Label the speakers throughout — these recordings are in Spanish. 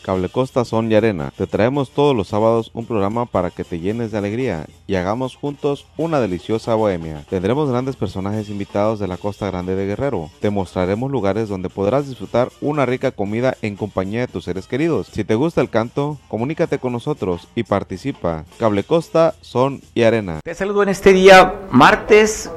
Speaker 1: Cable Costa Son y Arena. Te traemos todos los sábados un programa para que te llenes de alegría y hagamos juntos una deliciosa bohemia. Tendremos grandes personajes invitados de la Costa Grande de Guerrero. Te mostraremos lugares donde podrás disfrutar una rica comida en compañía de tus seres queridos. Si te gusta el canto, comunícate con nosotros y participa. Cable Costa Son y Arena.
Speaker 2: Te saludo en este día, martes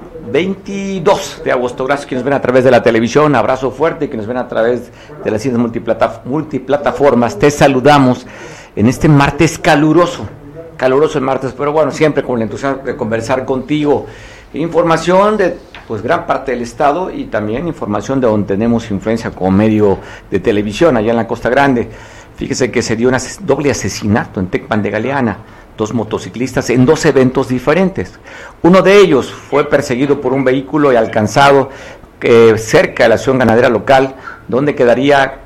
Speaker 2: 22 de agosto. Gracias a quienes ven a través de la televisión. Abrazo fuerte. Que nos ven a través de las multiplataformas. Te saludamos en este martes caluroso el martes, pero bueno, siempre con el entusiasmo de conversar contigo. Información de pues gran parte del estado y también información de donde tenemos influencia como medio de televisión allá en la Costa Grande. Fíjese que se dio un doble asesinato en Tecpan de Galeana. 2 motociclistas en 2 eventos diferentes. Uno de ellos fue perseguido por un vehículo y alcanzado cerca de la acción ganadera local, donde quedaría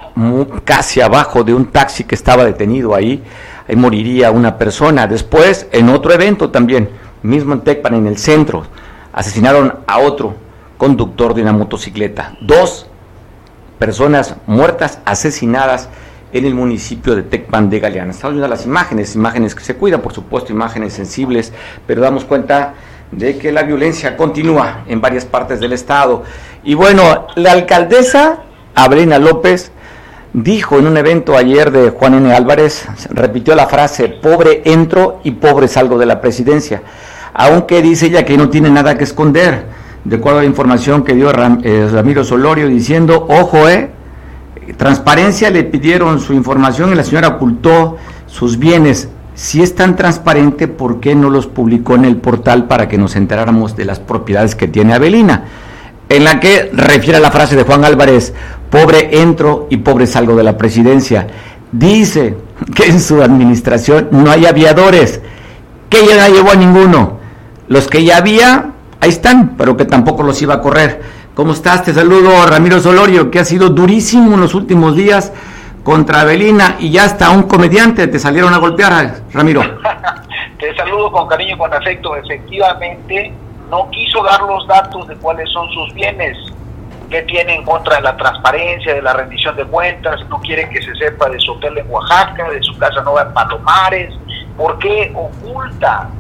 Speaker 2: casi abajo de un taxi que estaba detenido ahí. Ahí moriría una persona. Después, en otro evento también, mismo en Tecpan, en el centro, asesinaron a otro conductor de una motocicleta. 2 personas muertas, asesinadas en el municipio de Tecpan de Galeana. Estamos viendo las imágenes que se cuidan, por supuesto, imágenes sensibles, pero damos cuenta de que la violencia continúa en varias partes del estado. Y bueno, la alcaldesa Abelina López dijo en un evento ayer de Juan N. Álvarez, repitió la frase, pobre entro y pobre salgo de la presidencia, aunque dice ella que no tiene nada que esconder, de acuerdo a la información que dio Ramiro Solorio, diciendo, ojo, transparencia, le pidieron su información y la señora ocultó sus bienes. Si es tan transparente, ¿por qué no los publicó en el portal para que nos enteráramos de las propiedades que tiene Abelina? En la que refiere a la frase de Juan Álvarez, pobre entro y pobre salgo de la presidencia. Dice que en su administración no hay aviadores, que ella no llevó a ninguno. Los que ya había, ahí están, pero que tampoco los iba a correr. ¿Cómo estás? Te saludo, Ramiro Solorio, que ha sido durísimo en los últimos días contra Abelina y ya hasta un comediante te salieron a golpear, Ramiro.
Speaker 3: Te saludo con cariño y con afecto. Efectivamente, no quiso dar los datos de cuáles son sus bienes, que tiene en contra de la transparencia, de la rendición de cuentas, no quiere que se sepa de su hotel en Oaxaca, de su casa nueva en Palomares. ¿Por qué oculta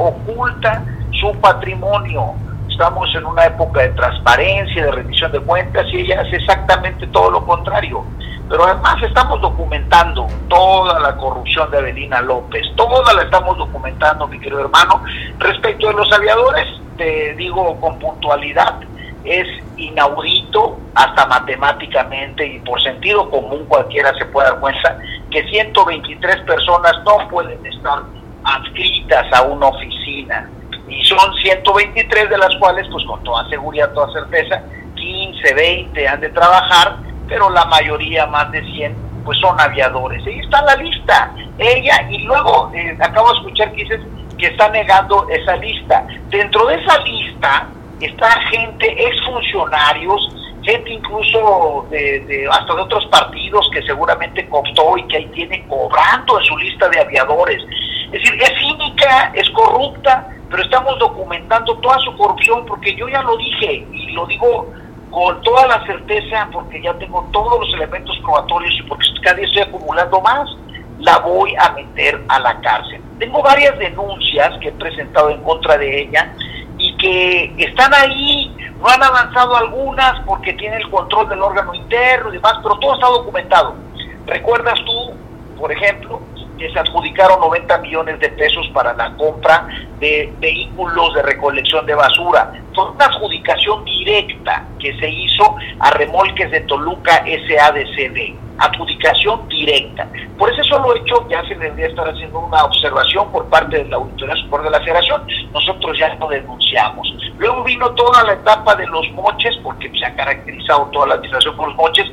Speaker 3: su patrimonio? Estamos en una época de transparencia, de rendición de cuentas, y ella hace exactamente todo lo contrario. Pero además estamos documentando toda la corrupción de Abelina López, toda la estamos documentando, mi querido hermano. Respecto de los aviadores, te digo con puntualidad, es inaudito, hasta matemáticamente y por sentido común cualquiera se puede dar cuenta, que 123 personas no pueden estar adscritas a una oficina. Y son 123 de las cuales, pues con toda seguridad, toda certeza, 15, 20 han de trabajar, pero la mayoría, más de 100, pues son aviadores. Ahí está la lista, ella, y luego acabo de escuchar que dices que está negando esa lista. Dentro de esa lista está gente, exfuncionarios, gente incluso hasta de otros partidos que seguramente cooptó y que ahí tiene cobrando en su lista de aviadores. Es decir, es cínica, es corrupta, pero estamos documentando toda su corrupción, porque yo ya lo dije y lo digo con toda la certeza, porque ya tengo todos los elementos probatorios y porque cada día estoy acumulando más, la voy a meter a la cárcel. Tengo varias denuncias que he presentado en contra de ella y que están ahí, no han avanzado algunas porque tiene el control del órgano interno y demás, pero todo está documentado. ¿Recuerdas tú, por ejemplo, que se adjudicaron 90 millones de pesos para la compra de vehículos de recolección de basura? Fue una adjudicación directa que se hizo a Remolques de Toluca SADCB, adjudicación directa. Por ese solo hecho ya se debería estar haciendo una observación por parte de la Auditoría Superior de la Federación. Nosotros ya lo denunciamos. Luego vino toda la etapa de los moches, porque se ha caracterizado toda la administración por los moches,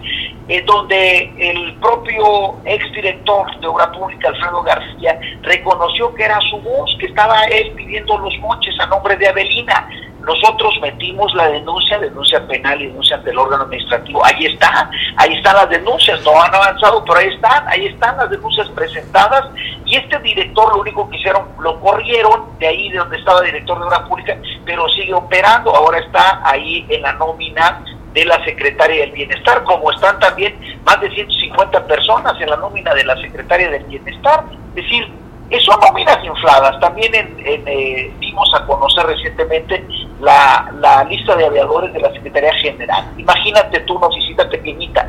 Speaker 3: donde el propio exdirector de Obra Pública, Alfredo García, reconoció que era su voz, que estaba él pidiendo los moches a nombre de Abelina. Nosotros metimos la denuncia penal y denuncia ante el órgano administrativo. Ahí están las denuncias, no han avanzado, pero ahí están las denuncias presentadas. Y este director, lo único que hicieron, lo corrieron de ahí de donde estaba director de Obra Pública, pero sigue operando. Ahora está ahí en la nómina de la Secretaria del Bienestar, como están también más de 150 personas en la nómina de la Secretaria del Bienestar. Es decir, son nóminas infladas. También dimos a conocer recientemente la lista de aviadores de la Secretaría General. Imagínate tú, una oficina pequeñita,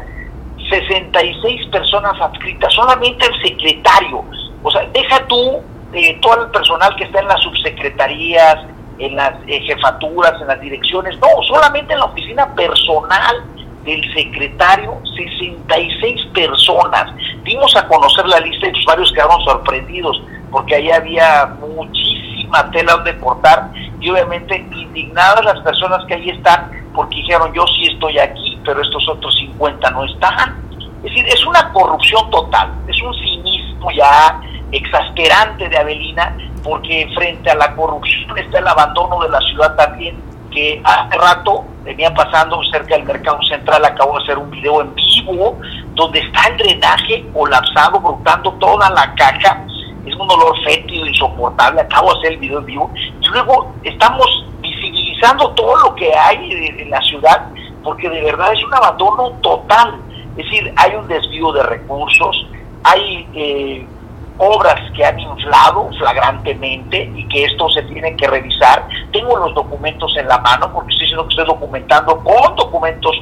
Speaker 3: 66 personas adscritas, solamente el secretario. O sea, deja tú todo el personal que está en las subsecretarías, en las jefaturas, en las direcciones. No, solamente en la oficina personal del secretario, 66 personas. Dimos a conocer la lista y los varios quedaron sorprendidos, porque ahí había muchísima tela donde cortar, y obviamente indignadas las personas que ahí están, porque dijeron, yo sí estoy aquí, pero estos otros 50 no están. Es decir, es una corrupción total, es un cinismo ya exasperante de Avelina, porque frente a la corrupción está el abandono de la ciudad también, que hace rato venía pasando cerca del Mercado Central. Acabo de hacer un video en vivo donde está el drenaje colapsado, brotando toda la caja. Es un olor fétido, insoportable. Acabo de hacer el video en vivo. Y luego estamos visibilizando todo lo que hay en la ciudad, porque de verdad es un abandono total. Es decir, hay un desvío de recursos, hay obras que han inflado flagrantemente y que esto se tiene que revisar. Tengo los documentos en la mano, porque estoy diciendo que estoy documentando con documentos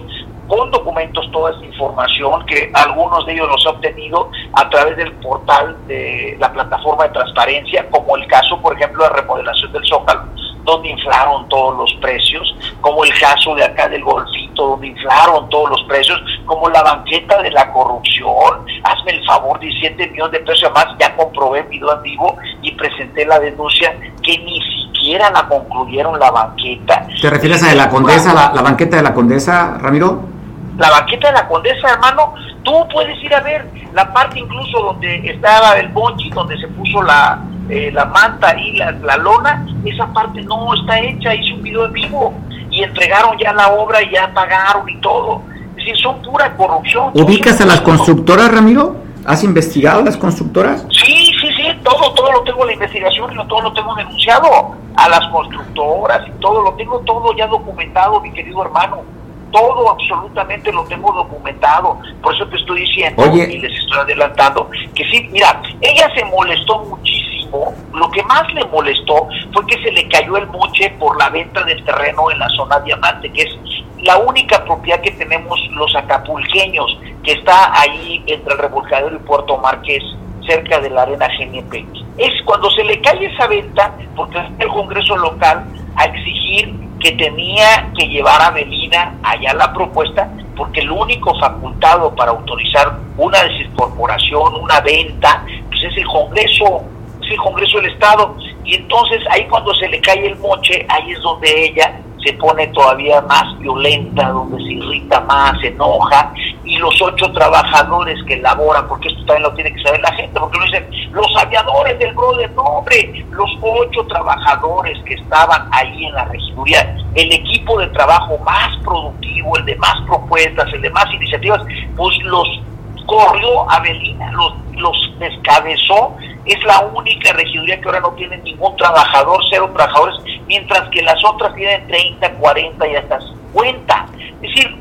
Speaker 3: toda esta información, que algunos de ellos los he obtenido a través del portal de la plataforma de transparencia, como el caso, por ejemplo, de remodelación del Zócalo, donde inflaron todos los precios, como el caso de acá del Golfito, donde inflaron todos los precios, como la banqueta de la corrupción. Hazme el favor, 17 millones de pesos. Además, ya comprobé en video en vivo y presenté la denuncia, que ni siquiera la concluyeron la banqueta.
Speaker 2: ¿Te refieres a la Condesa, la banqueta de la Condesa, Ramiro?
Speaker 3: La banqueta de la Condesa, hermano, tú puedes ir a ver la parte incluso donde estaba el bonchi, donde se puso la manta y la lona. Esa parte no está hecha. Hice un video en vivo y entregaron ya la obra y ya pagaron y todo. Es decir, son pura corrupción.
Speaker 2: ¿Ubicas a las constructoras, Ramiro? ¿Has investigado a las constructoras?
Speaker 3: Sí, todo lo tengo en la investigación y todo lo tengo denunciado a las constructoras y todo, lo tengo todo ya documentado, mi querido hermano. Todo absolutamente lo tengo documentado. Por eso te estoy diciendo, y les estoy adelantando, que sí, mira, ella se molestó muchísimo. Lo que más le molestó fue que se le cayó el moche por la venta del terreno en la zona Diamante, que es la única propiedad que tenemos los acapulqueños, que está ahí entre el Revolcadero y Puerto Marqués, cerca de la Arena GNP. Es cuando se le cae esa venta, porque el Congreso local a exigir que tenía que llevar a Avelina allá la propuesta, porque el único facultado para autorizar una desincorporación, una venta, pues es el Congreso del Estado. Y entonces ahí cuando se le cae el moche, ahí es donde ella se pone todavía más violenta, donde se irrita más, se enoja, y los 8 trabajadores que laboran, porque esto también lo tiene que saber la gente, porque lo dicen los aviadores del brother, no hombre, los 8 trabajadores que estaban ahí en la regiduría, el equipo de trabajo más productivo, el de más propuestas, el de más iniciativas, pues los corrió Avelina, los descabezó. Es la única regiduría que ahora no tiene ningún trabajador, 0 trabajadores, mientras que las otras tienen 30, 40 y hasta 50. Es decir,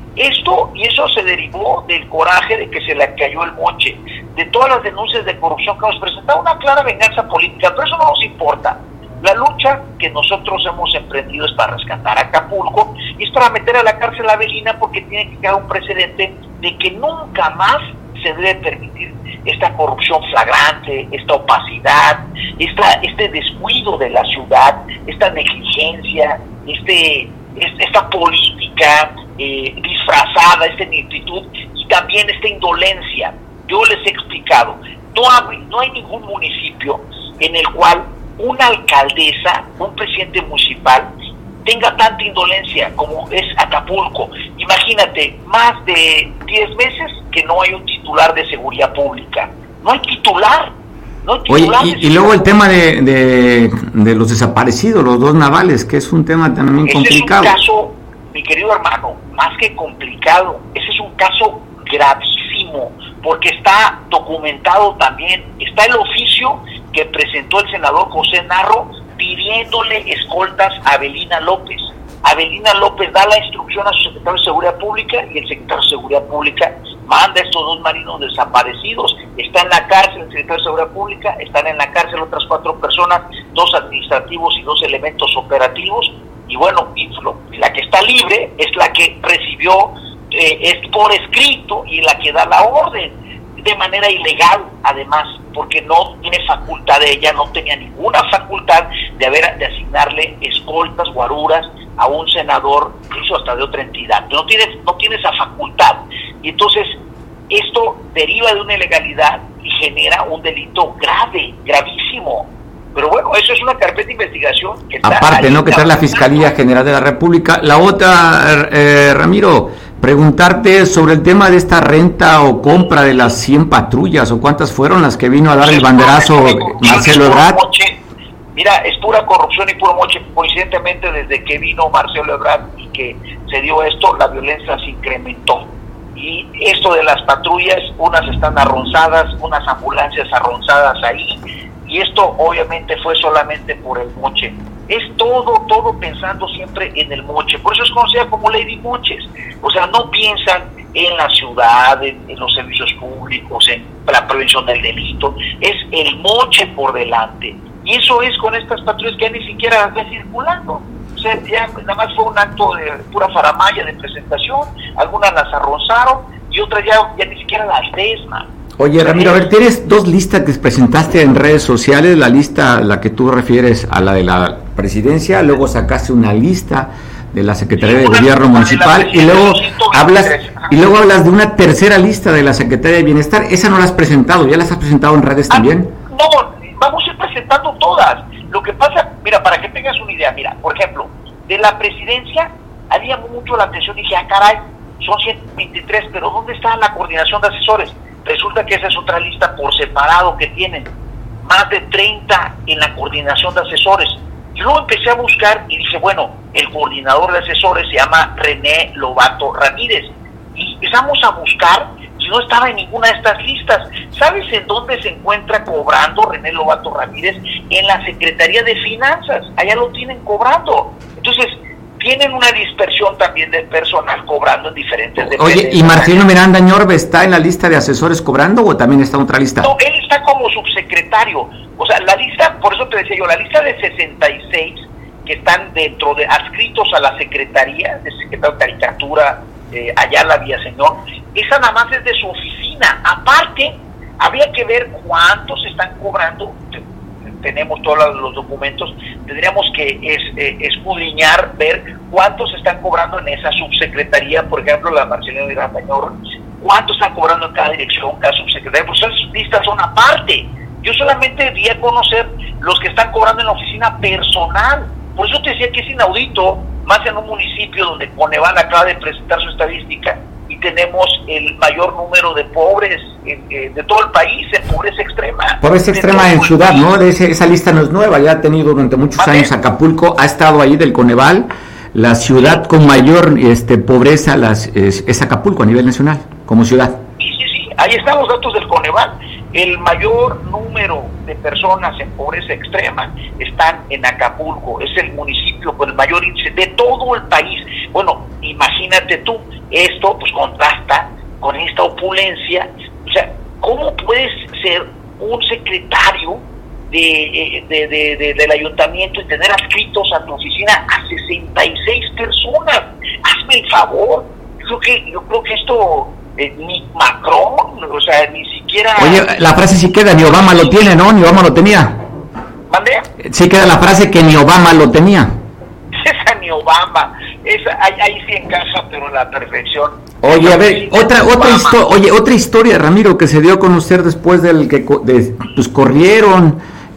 Speaker 3: eso se derivó del coraje de que se le cayó el moche, de todas las denuncias de corrupción que nos presentaba, una clara venganza política, pero eso no nos importa. La lucha que nosotros hemos emprendido es para rescatar a Acapulco y es para meter a la cárcel a Avelina, porque tiene que quedar un precedente de que nunca más se debe permitir esta corrupción flagrante, esta opacidad, este descuido de la ciudad, esta negligencia, esta política disfrazada, esta ineptitud y también esta indolencia. Yo les he explicado, no hay ningún municipio en el cual una alcaldesa, un presidente municipal tenga tanta indolencia como es Acapulco. Imagínate, más de 10 meses que no hay un titular de seguridad pública. No hay titular.
Speaker 2: Oye, y luego el tema de los desaparecidos, los 2 navales, que es un tema también complicado.
Speaker 3: Ese es un caso, mi querido hermano, más que complicado, ese es un caso gravísimo, porque está documentado también. Está el oficio que presentó el senador José Narro pidiéndole escoltas a Avelina López. Avelina López da la instrucción a su secretario de Seguridad Pública y el secretario de Seguridad Pública manda a estos 2 marinos desaparecidos. Está en la cárcel el secretario de Seguridad Pública, están en la cárcel otras 4 personas, 2 administrativos y 2 elementos operativos. Y bueno, la que está libre es la que recibió, es por escrito, y la que da la orden de manera ilegal, además, porque no tiene facultad ella, no tenía ninguna facultad de asignarle escoltas, guaruras a un senador, incluso hasta de otra entidad. No tiene esa facultad. Y entonces esto deriva de una ilegalidad y genera un delito grave, gravísimo. Pero bueno, eso es una carpeta de investigación que está
Speaker 2: aparte, ¿no?, que trae la Fiscalía General de la República. La otra, Ramiro, preguntarte sobre el tema de esta renta o compra de las 100 patrullas, o cuántas fueron las que vino a dar el banderazo Marcelo Ebrard.
Speaker 3: Mira, es pura corrupción y puro moche. Coincidentemente, desde que vino Marcelo Ebrard y que se dio esto, la violencia se incrementó. Y esto de las patrullas, unas están arronzadas, unas ambulancias arronzadas ahí, y esto obviamente fue solamente por el moche. Es todo pensando siempre en el moche. Por eso es conocida como Lady Moches. O sea, no piensan en la ciudad, en los servicios públicos, en la prevención del delito. Es el moche por delante. Y eso es con estas patrullas que ya ni siquiera las ven circulando. O sea, ya nada más fue un acto de pura faramalla de presentación. Algunas las arrozaron y otras ya ni siquiera las ves, man.
Speaker 2: Oye, Ramiro, a ver, tienes 2 listas que presentaste en redes sociales, la lista a la que tú refieres a la de la presidencia, luego sacaste una lista de la Secretaría de Gobierno Municipal y luego hablas de una tercera lista de la Secretaría de Bienestar. Esa no la has presentado, ¿ya las has presentado en redes también?
Speaker 3: No, vamos a ir presentando todas. Lo que pasa, mira, para que tengas una idea, mira, por ejemplo, de la presidencia había mucho la atención, dije, caray, son 123, pero ¿dónde está la coordinación de asesores? Resulta que esa es otra lista por separado que tienen, más de 30 en la coordinación de asesores. Y luego empecé a buscar y dije, bueno, el coordinador de asesores se llama René Lobato Ramírez. Y empezamos a buscar y no estaba en ninguna de estas listas. ¿Sabes en dónde se encuentra cobrando René Lobato Ramírez? En la Secretaría de Finanzas, allá lo tienen cobrando. Entonces, tienen una dispersión también del personal cobrando en diferentes dependencias.
Speaker 2: Oye, ¿y Marcelino Miranda Ñorbe está en la lista de asesores cobrando o también está en otra lista?
Speaker 3: No, él está como subsecretario. O sea, la lista, por eso te decía yo, la lista de 66 que están dentro de, adscritos a la Secretaría, de Secretario de Caricatura, Ayala Villaseñor, esa nada más es de su oficina. Aparte, habría que ver cuántos están cobrando. Tenemos todos los documentos, tendríamos que escudriñar, ver cuántos están cobrando en esa subsecretaría, por ejemplo, la Marcelino Miranda Ñorbe, cuántos están cobrando en cada dirección, cada subsecretaría, pues esas listas son aparte. Yo solamente di a conocer los que están cobrando en la oficina personal. Por eso te decía que es inaudito, más en un municipio donde Coneval acaba de presentar su estadística y tenemos el mayor número de pobres de todo el país, en pobreza extrema.
Speaker 2: Pobreza extrema en ciudad, ¿no? Esa lista no es nueva, ya ha tenido durante muchos años Acapulco, ha estado ahí del Coneval. La ciudad con mayor pobreza es Acapulco a nivel nacional, como ciudad.
Speaker 3: Sí, ahí están los datos del Coneval. El mayor número de personas en pobreza extrema están en Acapulco, es el municipio con el mayor índice de todo el país. Bueno, imagínate tú, esto pues contrasta con esta opulencia. O sea, ¿cómo puedes ser un secretario del ayuntamiento y tener adscritos a tu oficina a 66 personas? Hazme el favor. Yo creo que esto ni Macron, o sea, ni siquiera...
Speaker 2: Oye, la frase sí queda, ni Obama lo tiene, ¿no? Ni Obama lo tenía.
Speaker 3: ¿Mande?
Speaker 2: Sí queda la frase que ni Obama lo tenía.
Speaker 3: Esa ni Obama, ahí sí encaja, pero en la perfección.
Speaker 2: Oye, a ver, otra historia, Ramiro, que se dio a conocer después del que pues corrieron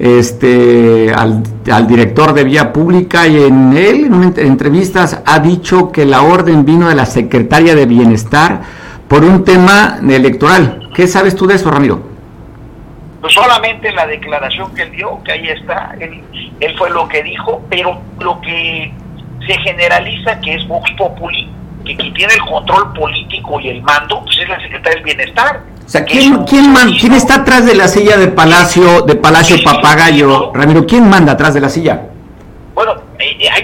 Speaker 2: al director de Vía Pública, y en entrevistas ha dicho que la orden vino de la Secretaria de Bienestar por un tema electoral. ¿Qué sabes tú de eso, Ramiro?
Speaker 3: Pues solamente la declaración que él dio, que ahí está, él fue lo que dijo, pero lo que se generaliza que es Vox Populi, que quien tiene el control político y el mando, pues es la Secretaria del Bienestar.
Speaker 2: O sea, ¿quién está atrás de la silla de Palacio Papagayo, Ramiro? ¿Quién manda atrás de la silla?
Speaker 3: Bueno, ahí está el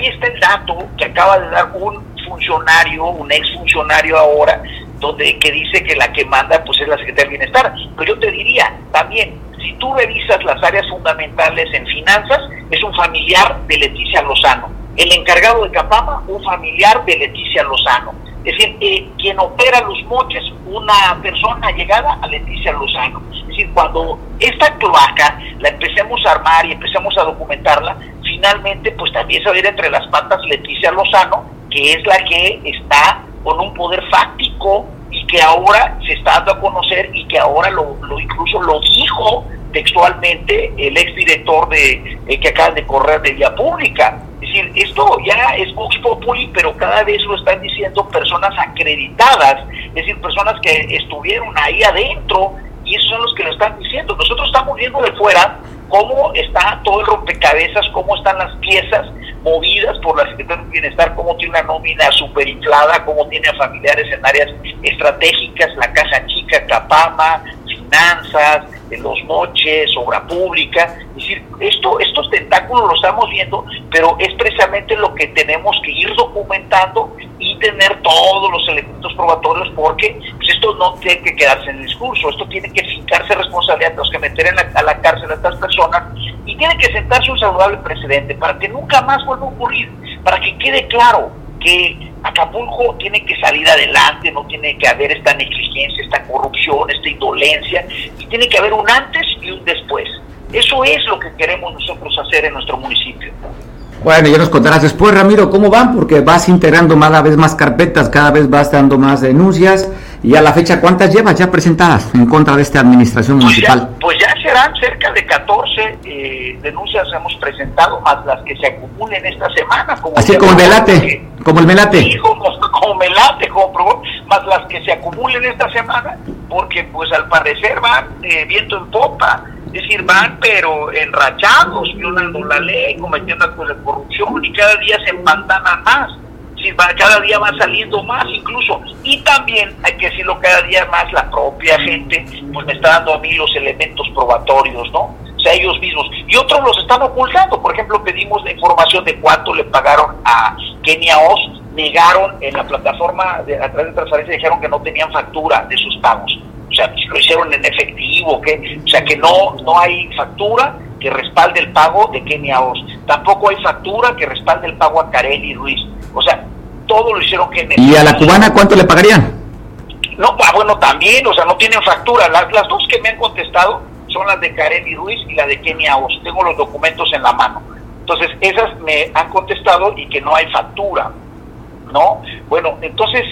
Speaker 3: dato que acaba de dar un funcionario, un exfuncionario ahora, que dice que la que manda pues es la Secretaría del Bienestar. Pero yo te diría también, si tú revisas las áreas fundamentales en finanzas, es un familiar de Leticia Lozano. El encargado de Capama, un familiar de Leticia Lozano. Es decir, quien opera los moches, una persona llegada a Leticia Lozano. Es decir, cuando esta cloaca la empecemos a armar y empecemos a documentarla, finalmente pues también se va a ir entre las patas Leticia Lozano, que es la que está con un poder fáctico y que ahora se está dando a conocer y que ahora incluso lo dijo textualmente el exdirector que acaba de correr de Vía Pública. Es decir, esto ya es Vox Populi, pero cada vez lo están diciendo personas acreditadas, es decir, personas que estuvieron ahí adentro, y esos son los que lo están diciendo. Nosotros estamos viendo de fuera cómo está todo el rompecabezas, cómo están las piezas movidas por la Secretaría del Bienestar, cómo tiene una nómina superinflada, cómo tiene a familiares en áreas estratégicas, la Caja Chica, Capama, finanzas, los moches, obra pública. Es decir, estos tentáculos los estamos viendo, pero es precisamente lo que tenemos que ir documentando y tener todos los elementos probatorios, porque pues, esto no tiene que quedarse en el discurso, esto tiene que fincarse responsabilidad, tenemos que meter a la cárcel a estas personas y tiene que sentarse un saludable precedente para que nunca más vuelva a ocurrir, para que quede claro que Acapulco tiene que salir adelante, no tiene que haber esta negligencia, esta corrupción, esta indolencia, y tiene que haber un antes y un después. Eso es lo que queremos nosotros hacer en nuestro municipio.
Speaker 2: Bueno, ya nos contarás después, Ramiro, cómo van, porque vas integrando cada vez más carpetas, cada vez vas dando más denuncias, y a la fecha, ¿cuántas llevas ya presentadas en contra de esta administración municipal?
Speaker 3: Pues ya serán cerca de 14 denuncias hemos presentado, más las que se acumulen esta semana.
Speaker 2: Así como el melate, como el melate.
Speaker 3: Sí, como melate, más las que se acumulen esta semana, porque pues al parecer van viento en popa. Es decir, van pero enrachados, violando la ley, cometiendo actos de corrupción, y cada día se empantanan más. Es decir, cada día va saliendo más incluso. Y también, hay que decirlo, cada día más la propia gente pues me está dando a mí los elementos probatorios, ¿no? O sea, ellos mismos. Y otros los están ocultando. Por ejemplo, pedimos la información de cuánto le pagaron a Kenia Oz. Negaron en la plataforma, a través de transparencia, dijeron que no tenían factura de sus pagos. O sea, lo hicieron en efectivo, o sea, que no hay factura que respalde el pago de Kenia Oz. Tampoco hay factura que respalde el pago a Kareli Ruiz. O sea, todo lo hicieron que en efectivo.
Speaker 2: ¿Y a la cubana cuánto le pagarían?
Speaker 3: No, bueno, también, o sea, no tienen factura. Las dos que me han contestado son las de Kareli Ruiz y la de Kenia Oz. Tengo los documentos en la mano. Entonces, esas me han contestado y que no hay factura, ¿no? Bueno, entonces,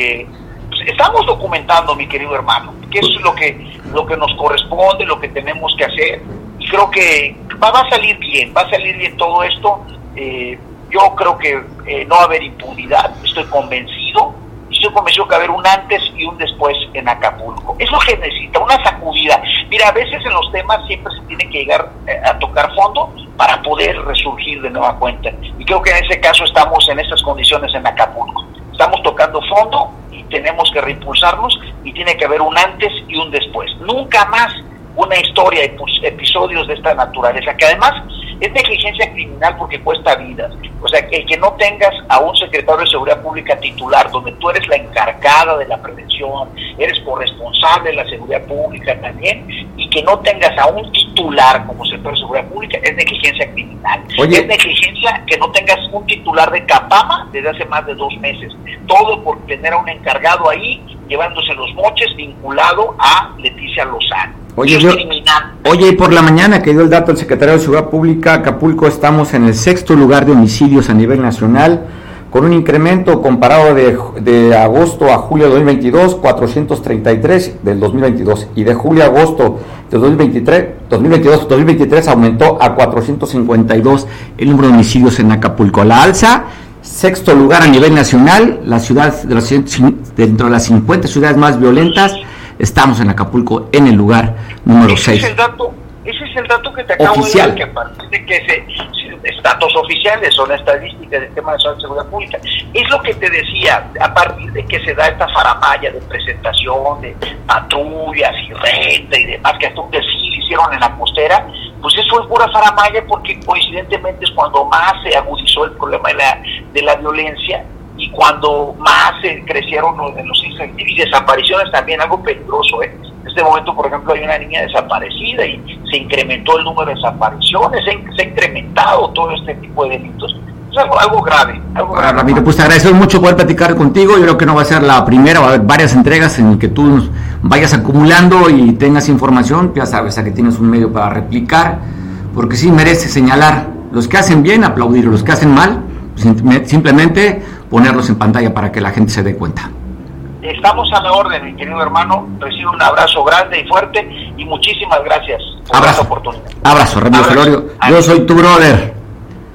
Speaker 3: estamos documentando, mi querido hermano, que eso es lo que nos corresponde, lo que tenemos que hacer, y creo que va a salir bien todo esto. Yo creo que no va a haber impunidad, estoy convencido que va a haber un antes y un después en Acapulco. Es lo que necesita, una sacudida. Mira, a veces en los temas siempre se tiene que llegar a tocar fondo para poder resurgir de nueva cuenta, y creo que en ese caso estamos en estas condiciones en Acapulco. Estamos tocando fondo y tenemos que reimpulsarnos, y tiene que haber un antes y un después. Nunca más una historia, episodios de esta naturaleza, que además es negligencia criminal porque cuesta vidas. O sea, que no tengas a un secretario de Seguridad Pública titular, donde tú eres la encargada de la prevención, eres corresponsable de la seguridad pública también, y que no tengas a un titular como secretario de Seguridad Pública, es negligencia criminal.
Speaker 2: Oye.
Speaker 3: Es negligencia que no tengas un titular de Capama desde hace más de 2 meses. Todo por tener a un encargado ahí, llevándose los moches, vinculado a Leticia Lozano.
Speaker 2: Oye, y por la mañana que dio el dato el secretario de Seguridad Pública, Acapulco estamos en el 6º lugar de homicidios a nivel nacional, con un incremento comparado de agosto a julio de 2022, 433 del 2022, y de julio a agosto de 2023 aumentó a 452 el número de homicidios en Acapulco. La alza, 6º lugar a nivel nacional, la ciudad dentro de las 50 ciudades más violentas. Estamos en Acapulco en el lugar número 6.
Speaker 3: Ese es el dato que te acabo
Speaker 2: oficial.
Speaker 3: de dar, que a partir de que datos oficiales, son estadísticas del tema de seguridad pública. Es lo que te decía, a partir de que se da esta faramalla de presentación de patrullas y renta y demás, que hasta un desfile hicieron en la costera, pues eso es pura faramaya, porque coincidentemente es cuando más se agudizó el problema de la violencia y cuando más se crecieron los incendios y desapariciones también, algo peligroso. En este momento, por ejemplo, hay una niña desaparecida y se incrementó el número de desapariciones, se ha incrementado todo este tipo de delitos. Es algo grave.
Speaker 2: Ramiro, pues te agradezco mucho poder platicar contigo. Yo creo que no va a ser la primera, va a haber varias entregas en que tú nos vayas acumulando y tengas información. Ya sabes, a que tienes un medio para replicar, porque sí merece señalar los que hacen bien, aplaudir, los que hacen mal, simplemente ponerlos en pantalla para que la gente se dé cuenta.
Speaker 3: Estamos a la orden, mi querido hermano. Recibe un abrazo grande y fuerte y muchísimas gracias por esta oportunidad.
Speaker 2: Abrazo, Ramiro Celorio. Yo soy tu brother.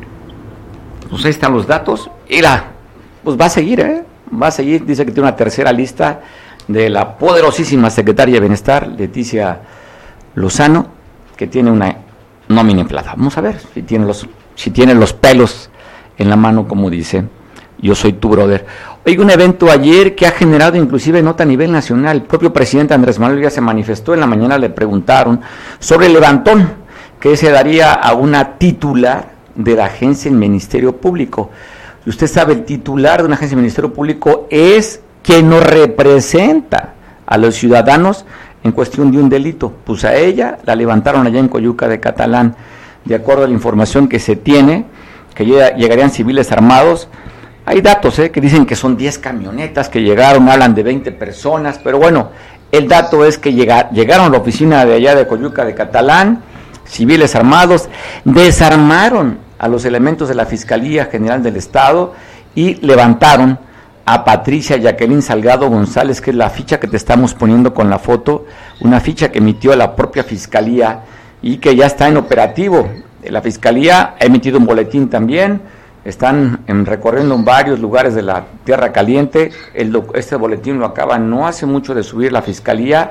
Speaker 2: Pues ahí están los datos. Mira, pues va a seguir, va a seguir. Dice que tiene una tercera lista de la poderosísima secretaria de Bienestar, Leticia Lozano, que tiene una nómina inflada. Vamos a ver si tiene los pelos en la mano, como dice. Yo soy tu brother. Oiga, un evento ayer que ha generado inclusive nota a nivel nacional. El propio presidente Andrés Manuel ya se manifestó. En la mañana le preguntaron sobre el levantón que se daría a una titular de la agencia del Ministerio Público. Si usted sabe, el titular de una agencia del Ministerio Público es quien nos representa a los ciudadanos en cuestión de un delito. Pues a ella la levantaron allá en Coyuca de Catalán. De acuerdo a la información que se tiene, que llegarían civiles armados. Hay datos que dicen que son 10 camionetas que llegaron, hablan de 20 personas, pero bueno, el dato es que llegaron a la oficina de allá de Coyuca de Catalán, civiles armados, desarmaron a los elementos de la Fiscalía General del Estado y levantaron a Patricia Jacqueline Salgado González, que es la ficha que te estamos poniendo con la foto, una ficha que emitió la propia Fiscalía y que ya está en operativo. La Fiscalía ha emitido un boletín también, están recorriendo en varios lugares de la Tierra Caliente. Este boletín lo acaba no hace mucho de subir la Fiscalía,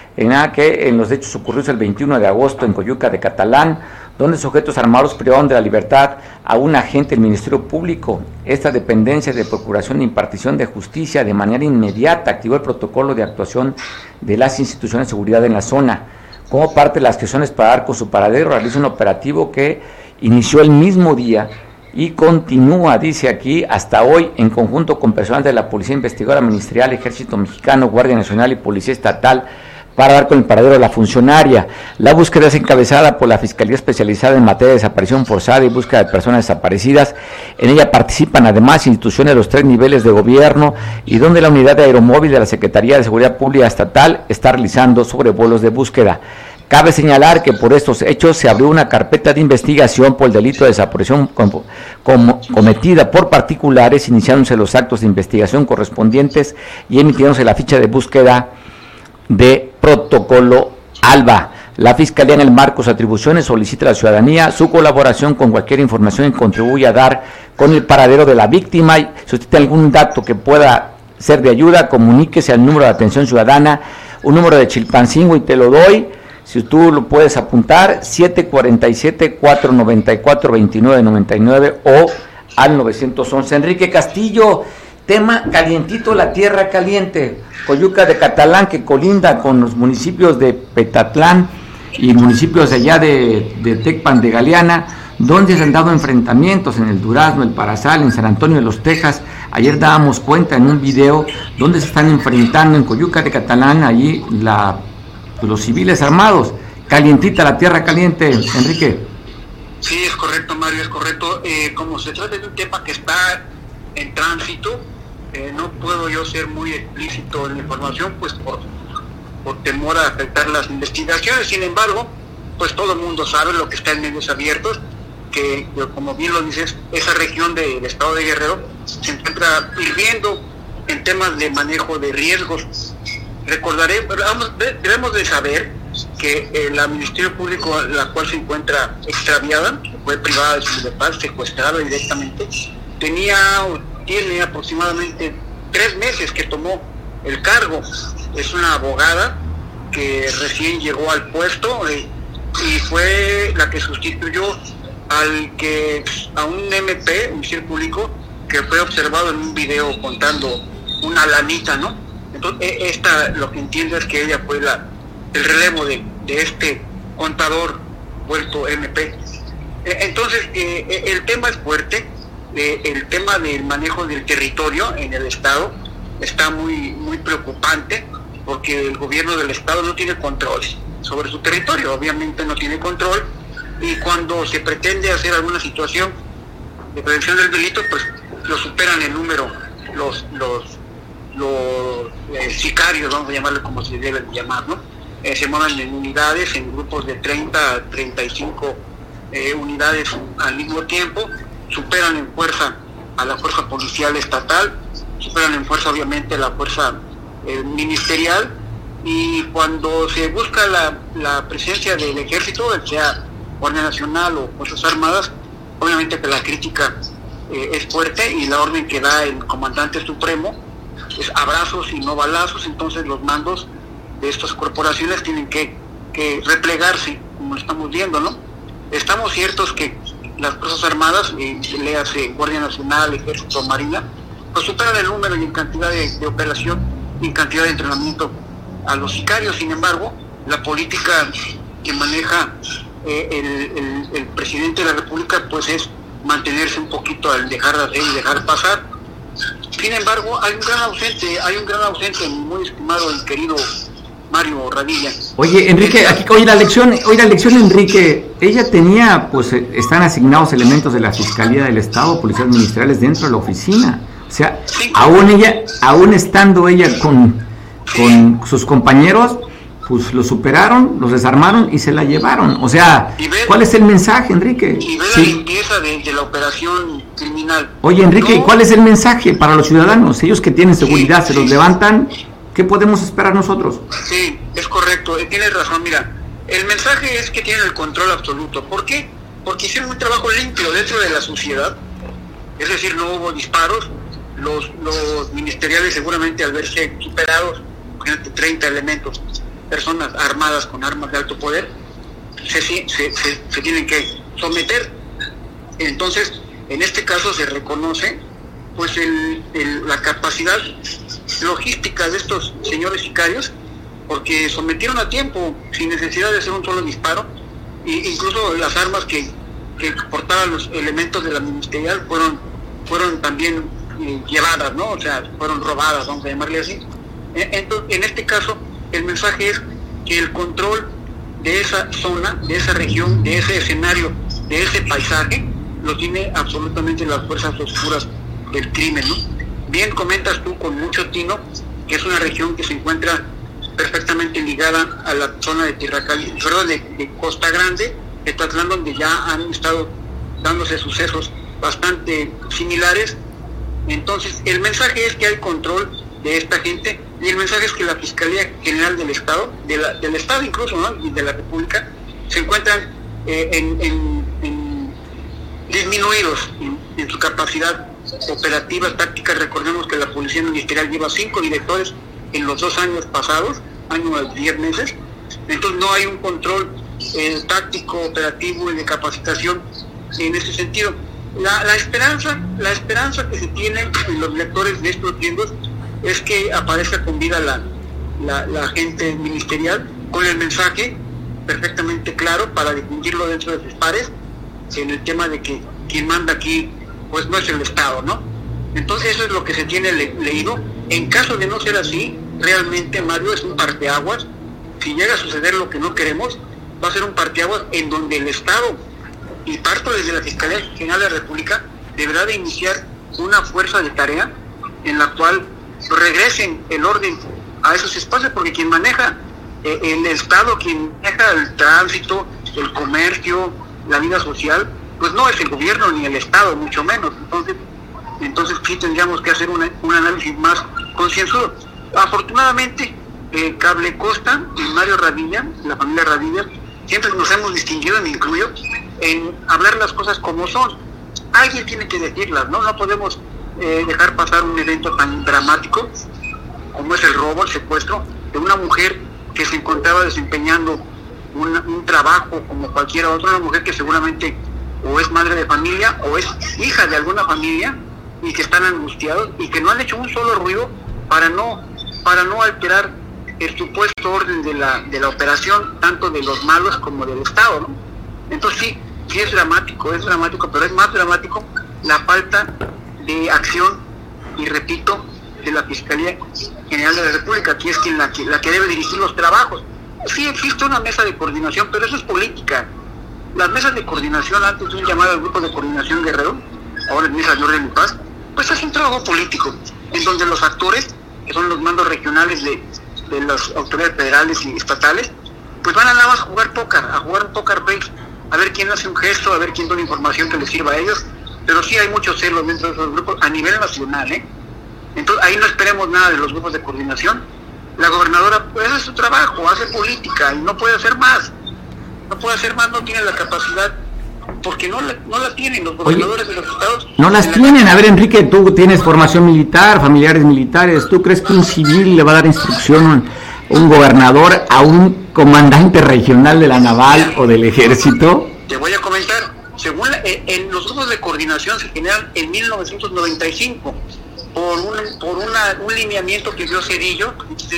Speaker 2: en los hechos ocurridos el 21 de agosto en Coyuca de Catalán, donde sujetos armados privaron de la libertad a un agente del Ministerio Público. Esta dependencia de Procuración e Impartición de Justicia de manera inmediata activó el protocolo de actuación de las instituciones de seguridad en la zona. Como parte de las acciones para dar con su paradero, realiza un operativo que inició el mismo día y continúa, dice aquí, hasta hoy, en conjunto con personal de la Policía Investigadora Ministerial, Ejército Mexicano, Guardia Nacional y Policía Estatal, para dar con el paradero de la funcionaria. La búsqueda es encabezada por la Fiscalía Especializada en Materia de Desaparición Forzada y Búsqueda de Personas Desaparecidas. En ella participan además instituciones de los 3 niveles de gobierno y donde la unidad de aeromóvil de la Secretaría de Seguridad Pública Estatal está realizando sobrevuelos de búsqueda. Cabe señalar que por estos hechos se abrió una carpeta de investigación por el delito de desaparición cometida por particulares, iniciándose los actos de investigación correspondientes y emitiéndose la ficha de búsqueda de protocolo ALBA. La Fiscalía, en el marco de sus atribuciones, solicita a la ciudadanía su colaboración con cualquier información que contribuya a dar con el paradero de la víctima. Y si usted tiene algún dato que pueda ser de ayuda, comuníquese al número de atención ciudadana, un número de Chilpancingo, y te lo doy, si tú lo puedes apuntar, 747-494-2999 o al 911. Enrique Castillo, tema calientito, la Tierra Caliente, Coyuca de Catalán, que colinda con los municipios de Petatlán y municipios de allá de Tecpan de Galeana, donde se han dado enfrentamientos en el Durazno, el Parasal, en San Antonio de los Texas. Ayer dábamos cuenta en un video donde se están enfrentando en Coyuca de Catalán, allí los civiles armados. Calientita la Tierra Caliente, Enrique.
Speaker 4: Sí, es correcto, Mario, es correcto. Como se trata de un tema que está en tránsito, no puedo yo ser muy explícito en la información, pues por temor a afectar las investigaciones. Sin embargo, pues todo el mundo sabe, lo que está en medios abiertos, que como bien lo dices, esa región del estado de Guerrero se encuentra hirviendo en temas de manejo de riesgos. Debemos de saber que la Ministerio Público, la cual se encuentra extraviada, fue privada de su libertad, secuestrada directamente, tiene aproximadamente 3 meses que tomó el cargo. Es una abogada que recién llegó al puesto y fue la que sustituyó a un MP, un Ministerio Público, que fue observado en un video contando una lanita, ¿no? Entonces, lo que entiendo es que ella fue el relevo de este contador vuelto MP. Entonces, el tema es fuerte. El tema del manejo del territorio en el Estado está muy preocupante, porque el gobierno del Estado no tiene control sobre su territorio, obviamente no tiene control, y cuando se pretende hacer alguna situación de prevención del delito, pues lo superan en número los sicarios, vamos a llamarle como se debe llamar, ¿no? Se mueven en unidades, en grupos de 30 a 35 unidades al mismo tiempo, superan en fuerza a la fuerza policial estatal, superan en fuerza obviamente a la fuerza ministerial, y cuando se busca la presencia del ejército, sea Guardia Nacional o Fuerzas Armadas, obviamente que la crítica es fuerte, y la orden que da el comandante supremo es abrazos y no balazos. Entonces los mandos de estas corporaciones tienen que replegarse, como estamos viendo, ¿no? Estamos ciertos que las Fuerzas Armadas, léase Guardia Nacional, Ejército, Marina, pues superan el número y en cantidad de operación y en cantidad de entrenamiento a los sicarios. Sin embargo, la política que maneja el presidente de la República pues es mantenerse un poquito al dejar de hacer y dejar pasar. Sin embargo, hay un gran ausente, mi muy estimado y querido Mario Radilla.
Speaker 2: Oye, Enrique, aquí hoy la lección, Enrique, ella tenía, pues están asignados elementos de la Fiscalía del Estado, policías ministeriales dentro de la oficina. O sea, sí, aún estando ella con sus compañeros, pues lo superaron, los desarmaron y se la llevaron. O sea, ¿cuál es el mensaje, Enrique?
Speaker 4: Y ver la limpieza de la operación criminal.
Speaker 2: Oye, Enrique, ¿cuál es el mensaje para los ciudadanos? Ellos que tienen seguridad, se los levantan, ¿qué podemos esperar nosotros?
Speaker 4: Sí, es correcto, tienes razón. Mira, el mensaje es que tienen el control absoluto. ¿Por qué? Porque hicieron un trabajo limpio dentro de la sociedad, es decir, no hubo disparos. Los ministeriales seguramente al verse superados, 30 elementos, personas armadas con armas de alto poder, se tienen que someter. Entonces, en este caso se reconoce pues la capacidad logística de estos señores sicarios, porque sometieron a tiempo, sin necesidad de hacer un solo disparo, e incluso las armas que portaban los elementos de la ministerial fueron también llevadas, ¿no? O sea, fueron robadas, vamos a llamarle así. Entonces, en este caso, el mensaje es que el control de esa zona, de esa región, de ese escenario, de ese paisaje, lo tiene absolutamente las fuerzas oscuras del crimen, ¿no? Bien comentas tú con mucho tino que es una región que se encuentra perfectamente ligada a la zona de Tierra Caliente, perdón, de Costa Grande, de Tatlán, donde ya han estado dándose sucesos bastante similares. Entonces, el mensaje es que hay control de esta gente, y el mensaje es que la Fiscalía General del Estado, del Estado incluso, ¿no?, y de la República, se encuentran disminuidos en su capacidad operativa, táctica. Recordemos que la Policía Ministerial lleva 5 directores en los 2 años pasados, año de 10 meses, entonces no hay un control táctico, operativo y de capacitación en ese sentido. La esperanza que se tiene en los lectores de estos libros es que aparezca con vida la gente ministerial con el mensaje perfectamente claro para difundirlo dentro de sus pares, en el tema de que quien manda aquí pues no es el Estado, ¿no? Entonces eso es lo que se tiene leído. En caso de no ser así, realmente, Mario, es un parteaguas. Si llega a suceder lo que no queremos, va a ser un parteaguas en donde el Estado, y parto desde la Fiscalía General de la República, deberá de iniciar una fuerza de tarea en la cual regresen el orden a esos espacios, porque quien maneja el Estado, quien maneja el tránsito, el comercio, la vida social, pues no es el gobierno ni el Estado, mucho menos. Entonces sí tendríamos que hacer un análisis más concienzudo. Afortunadamente, Cable Costa y Mario Radilla, la familia Radilla, siempre nos hemos distinguido, me incluyo, en hablar las cosas como son. Alguien tiene que decirlas, ¿no? No podemos dejar pasar un evento tan dramático como es el robo, el secuestro de una mujer que se encontraba desempeñando un trabajo como cualquiera otro, una mujer que seguramente o es madre de familia o es hija de alguna familia, y que están angustiados y que no han hecho un solo ruido para no alterar el supuesto orden de la operación, tanto de los malos como del Estado, ¿no? Entonces sí es dramático, pero es más dramático la falta de acción, y repito, de la Fiscalía General de la República, que es quien la que debe dirigir los trabajos. Sí existe una mesa de coordinación, pero eso es política. Las mesas de coordinación, antes de un llamado al grupo de coordinación Guerrero, ahora es mesa de orden y paz, pues es un trabajo político, en donde los actores, que son los mandos regionales de las autoridades federales y estatales, pues van a nada más a jugar un poker face, a ver quién hace un gesto, a ver quién da una información que les sirva a ellos, pero sí hay muchos celos dentro de esos grupos a nivel nacional, Entonces ahí no esperemos nada de los grupos de coordinación. La gobernadora, pues ese es su trabajo, hace política y no puede hacer más, no tiene la capacidad, porque no la tienen los gobernadores de los estados.
Speaker 2: No las tienen. A ver, Enrique, tú tienes formación militar, familiares militares, ¿tú crees que un civil le va a dar instrucción, un gobernador, a un comandante regional de la naval o del ejército?
Speaker 4: Te voy a comentar, según en los grupos de coordinación se generan en 1995 por un lineamiento que dio Cedillo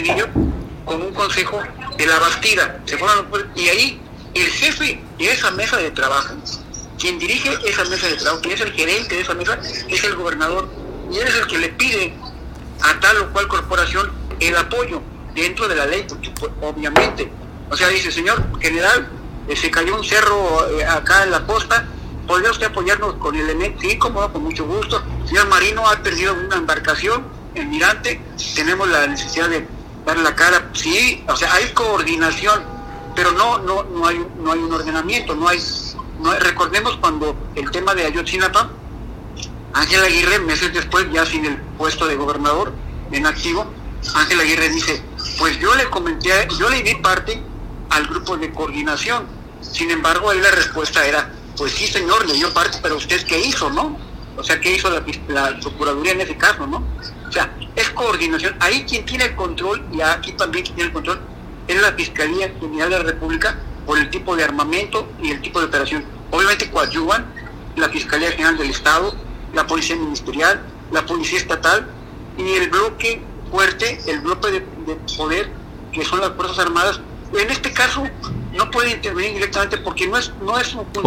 Speaker 4: con un consejo de la Bastida, y ahí el jefe de esa mesa de trabajo, quien dirige esa mesa de trabajo, quien es el gerente de esa mesa, es el gobernador, y él es el que le pide a tal o cual corporación el apoyo dentro de la ley, porque obviamente, o sea, dice, señor general, se cayó un cerro acá en la costa, ¿podría usted apoyarnos con el ENEC? Sí, como no, con mucho gusto. Señor Marino, ha perdido una embarcación, el Mirante, tenemos la necesidad de dar la cara. Sí, o sea, hay coordinación, pero no hay un ordenamiento, no hay, recordemos cuando el tema de Ayotzinapa, Ángel Aguirre, meses después, ya sin el puesto de gobernador en activo, Ángel Aguirre dice, pues yo le di parte al grupo de coordinación. Sin embargo, ahí la respuesta era, pues sí, señor, le dio parte, pero usted qué hizo, ¿no? O sea, ¿qué hizo la Procuraduría en ese caso, no? O sea, es coordinación. Ahí quien tiene el control, y aquí también quien tiene el control, es la Fiscalía General de la República, por el tipo de armamento y el tipo de operación. Obviamente coadyuvan la Fiscalía General del Estado, la Policía Ministerial, la Policía Estatal, y el bloque fuerte, el bloque de poder, que son las Fuerzas Armadas. En este caso no puede intervenir directamente porque no es su función.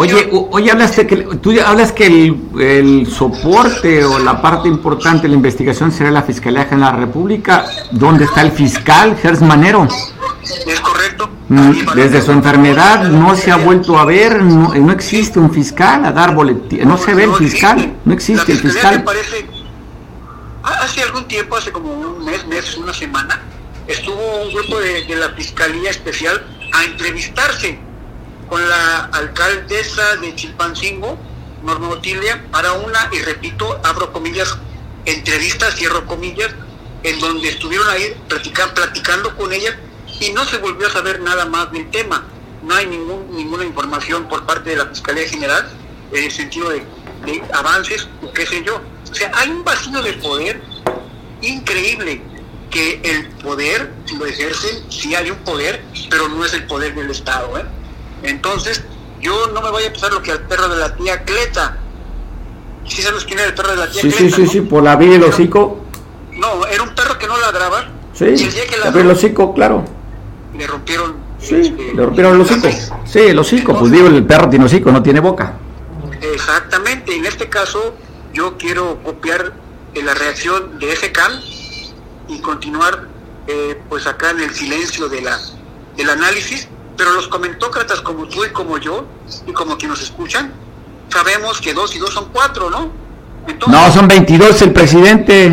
Speaker 4: Oye,
Speaker 2: tú hablas que el soporte o la parte importante de la investigación será la Fiscalía General de la República. ¿Dónde está el fiscal, Gers Manero?
Speaker 4: Es correcto.
Speaker 2: Desde su enfermedad no se ha vuelto a ver, no existe un fiscal a dar boletín, no se ve el fiscal, no existe el fiscal.
Speaker 4: Hace algún tiempo, hace como un mes, una semana, estuvo un grupo de la Fiscalía Especial a entrevistarse con la alcaldesa de Chilpancingo, Norma Otilia, para una, y repito, abro comillas, entrevistas, cierro comillas, en donde estuvieron ahí platicando con ella, y no se volvió a saber nada más del tema. No hay ninguna información por parte de la Fiscalía General en el sentido de avances o qué sé yo. O sea, hay un vacío de poder increíble, que el poder lo ejercen, sí hay un poder, pero no es el poder del Estado, Entonces, yo no me voy a pasar lo que al perro de la tía Cleta. ¿Sí sabes quién era el perro de la tía Cleta?
Speaker 2: Sí, por la vía del hocico.
Speaker 4: No, era un perro que no ladraba.
Speaker 2: Sí, y el día que ladró, el hocico, claro.
Speaker 4: Le rompieron...
Speaker 2: le rompieron el hocico. Sí, el hocico, entonces, pues digo, el perro tiene hocico, no tiene boca.
Speaker 4: Exactamente, en este caso, yo quiero copiar la reacción de FECAM y continuar pues acá en el silencio del análisis, pero los comentócratas como tú y como yo y como quienes nos escuchan, sabemos que 2 y 2 son 4, ¿no? Entonces,
Speaker 2: no, son 22 el presidente.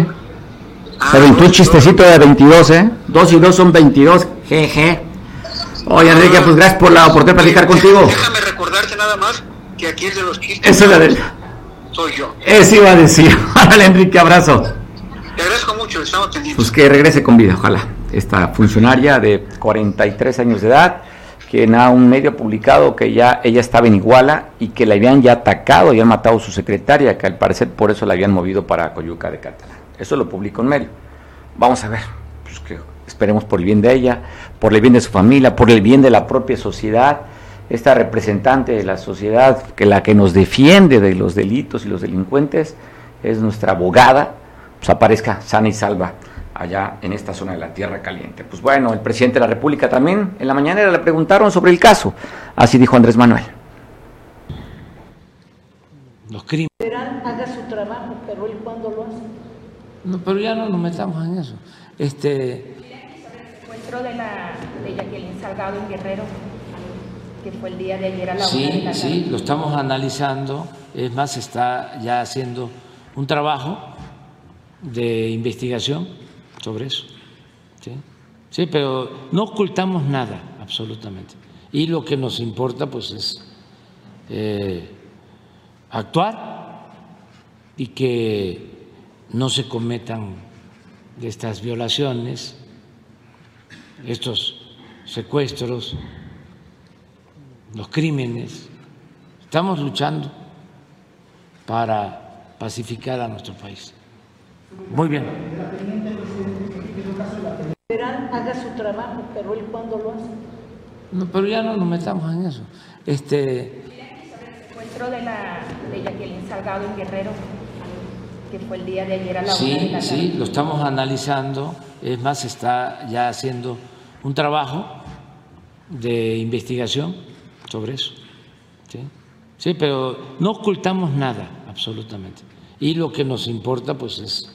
Speaker 2: Se aventó un chistecito de 22, 2 y 2 son 22, jeje. Oye, Enrique, pues gracias por la oportunidad de platicar contigo.
Speaker 4: Déjame recordarte nada más que aquí el de los chistes
Speaker 2: eso es
Speaker 4: soy yo.
Speaker 2: Eso iba a decir. Órale, Enrique, abrazo.
Speaker 4: Te agradezco mucho, estamos pendientes.
Speaker 2: Pues que regrese con vida, ojalá. Esta funcionaria de 43 años de edad, que en un medio ha publicado que ella estaba en Iguala y que la habían ya atacado, habían matado a su secretaria, que al parecer por eso la habían movido para Coyuca de Catalán. Eso lo publicó en medio. Vamos a ver, pues que esperemos por el bien de ella, por el bien de su familia, por el bien de la propia sociedad. Esta representante de la sociedad, que la que nos defiende de los delitos y los delincuentes, es nuestra abogada, pues aparezca sana y salva allá en esta zona de la Tierra Caliente. Pues bueno, el presidente de la República también, en la mañanera le preguntaron sobre el caso, así dijo Andrés Manuel.
Speaker 5: los crímenes.
Speaker 6: Haga su trabajo, pero él ¿cuándo lo hace?
Speaker 5: No, pero ya no nos metamos en eso.
Speaker 7: El encuentro de Jacqueline Salgado en Guerrero, que fue el día de ayer a la 1 de la tarde.
Speaker 5: Sí, lo estamos analizando. Es más, se está ya haciendo un trabajo de investigación sobre eso. Sí, pero no ocultamos nada, absolutamente. Y lo que nos importa, pues, es actuar y que no se cometan estas violaciones, estos secuestros, los crímenes. Estamos luchando para pacificar a nuestro país. Muy bien.
Speaker 6: Haga su trabajo, pero él ¿cuándo lo hace?
Speaker 5: No, pero ya no nos metamos en eso.
Speaker 7: El encuentro de Jacqueline Salgado en Guerrero, que fue el día de ayer a la 1 de la tarde.
Speaker 5: Sí, lo estamos analizando. Es más, se está ya haciendo un trabajo de investigación sobre eso. Sí, pero no ocultamos nada, absolutamente. Y lo que nos importa, pues, es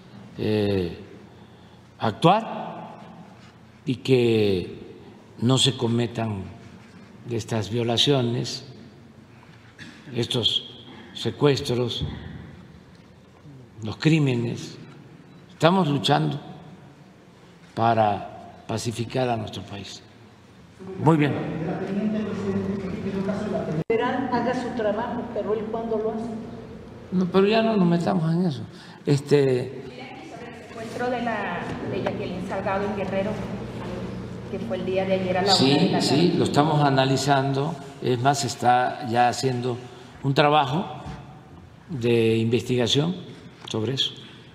Speaker 5: actuar y que no se cometan estas violaciones, estos secuestros, los crímenes. Estamos luchando para pacificar a nuestro país. Muy bien.
Speaker 6: Haga su trabajo, pero él ¿cuándo lo hace?
Speaker 5: No, pero ya no nos metamos en eso.
Speaker 7: El encuentro de Jacqueline Salgado en Guerrero, que fue el día de ayer a la 1 de la tarde.
Speaker 5: Sí, lo estamos analizando. Es más, se está ya haciendo un trabajo de investigación sobre eso.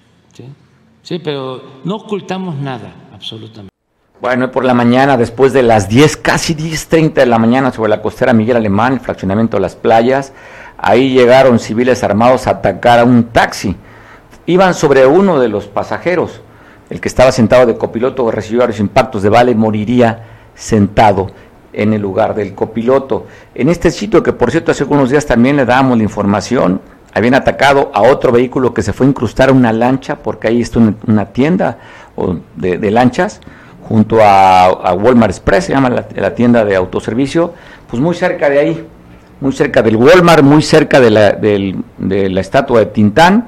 Speaker 5: Sí, pero no ocultamos nada, absolutamente.
Speaker 2: Bueno, por la mañana, después de las 10, casi 10:30 de la mañana, sobre la costera Miguel Alemán, el fraccionamiento de Las Playas, ahí llegaron civiles armados a atacar a un taxi. Iban sobre uno de los pasajeros, el que estaba sentado de copiloto, recibió varios impactos de bala y moriría sentado en el lugar del copiloto. En este sitio, que por cierto hace algunos días también le dábamos la información, habían atacado a otro vehículo que se fue a incrustar a una lancha, porque ahí está una tienda de lanchas, junto a Walmart Express, se llama la tienda de autoservicio, pues muy cerca de ahí, muy cerca del Walmart, muy cerca de la estatua de Tintán.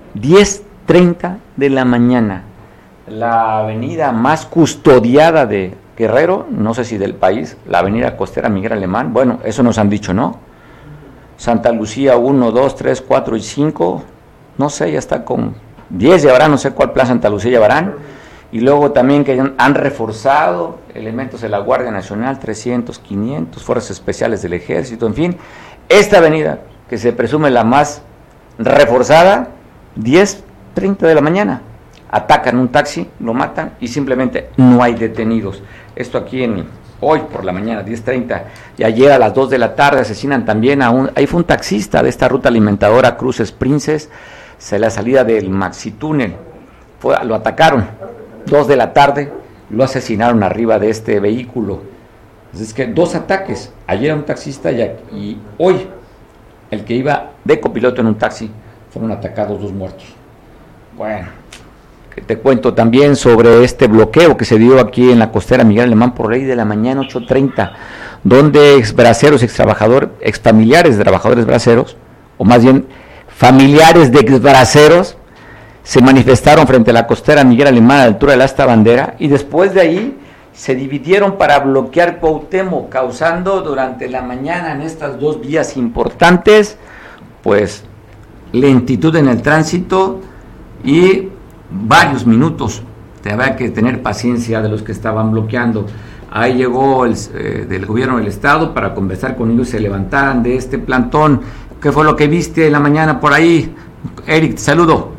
Speaker 2: 10:30 de la mañana, la avenida más custodiada de Guerrero, no sé si del país, la avenida costera Miguel Alemán, bueno, eso nos han dicho, ¿no? Santa Lucía 1, 2, 3, 4 y 5, no sé, ya está con 10 llevarán, no sé cuál plaza Santa Lucía llevarán, y luego también que han reforzado elementos de la Guardia Nacional, 300, 500, fuerzas especiales del Ejército, en fin, esta avenida, que se presume la más reforzada, 10:30 de la mañana, atacan un taxi, lo matan y simplemente no hay detenidos. Esto aquí hoy por la mañana, 10:30, y ayer a las 2 de la tarde asesinan también ahí fue un taxista de esta ruta alimentadora Cruces Princes, la salida del Maxi Túnel, lo atacaron, 2 de la tarde, lo asesinaron arriba de este vehículo. Es que 2 ataques, ayer a un taxista y hoy el que iba de copiloto en un taxi, fueron atacados 2 muertos. Bueno, que te cuento también sobre este bloqueo que se dio aquí en la costera Miguel Alemán por ley de la mañana, 8:30, donde exbraceros, exfamiliares de trabajadores braceros, o más bien familiares de exbraceros, se manifestaron frente a la costera Miguel Alemán a la altura de la Asta Bandera, y después de ahí se dividieron para bloquear Cuauhtémoc, causando durante la mañana en estas 2 vías importantes, pues, lentitud en el tránsito y varios minutos. Habrá que tener paciencia de los que estaban bloqueando. Ahí llegó del gobierno del estado para conversar con ellos y se levantaran de este plantón. ¿Qué fue lo que viste en la mañana por ahí? Eric, te saludo.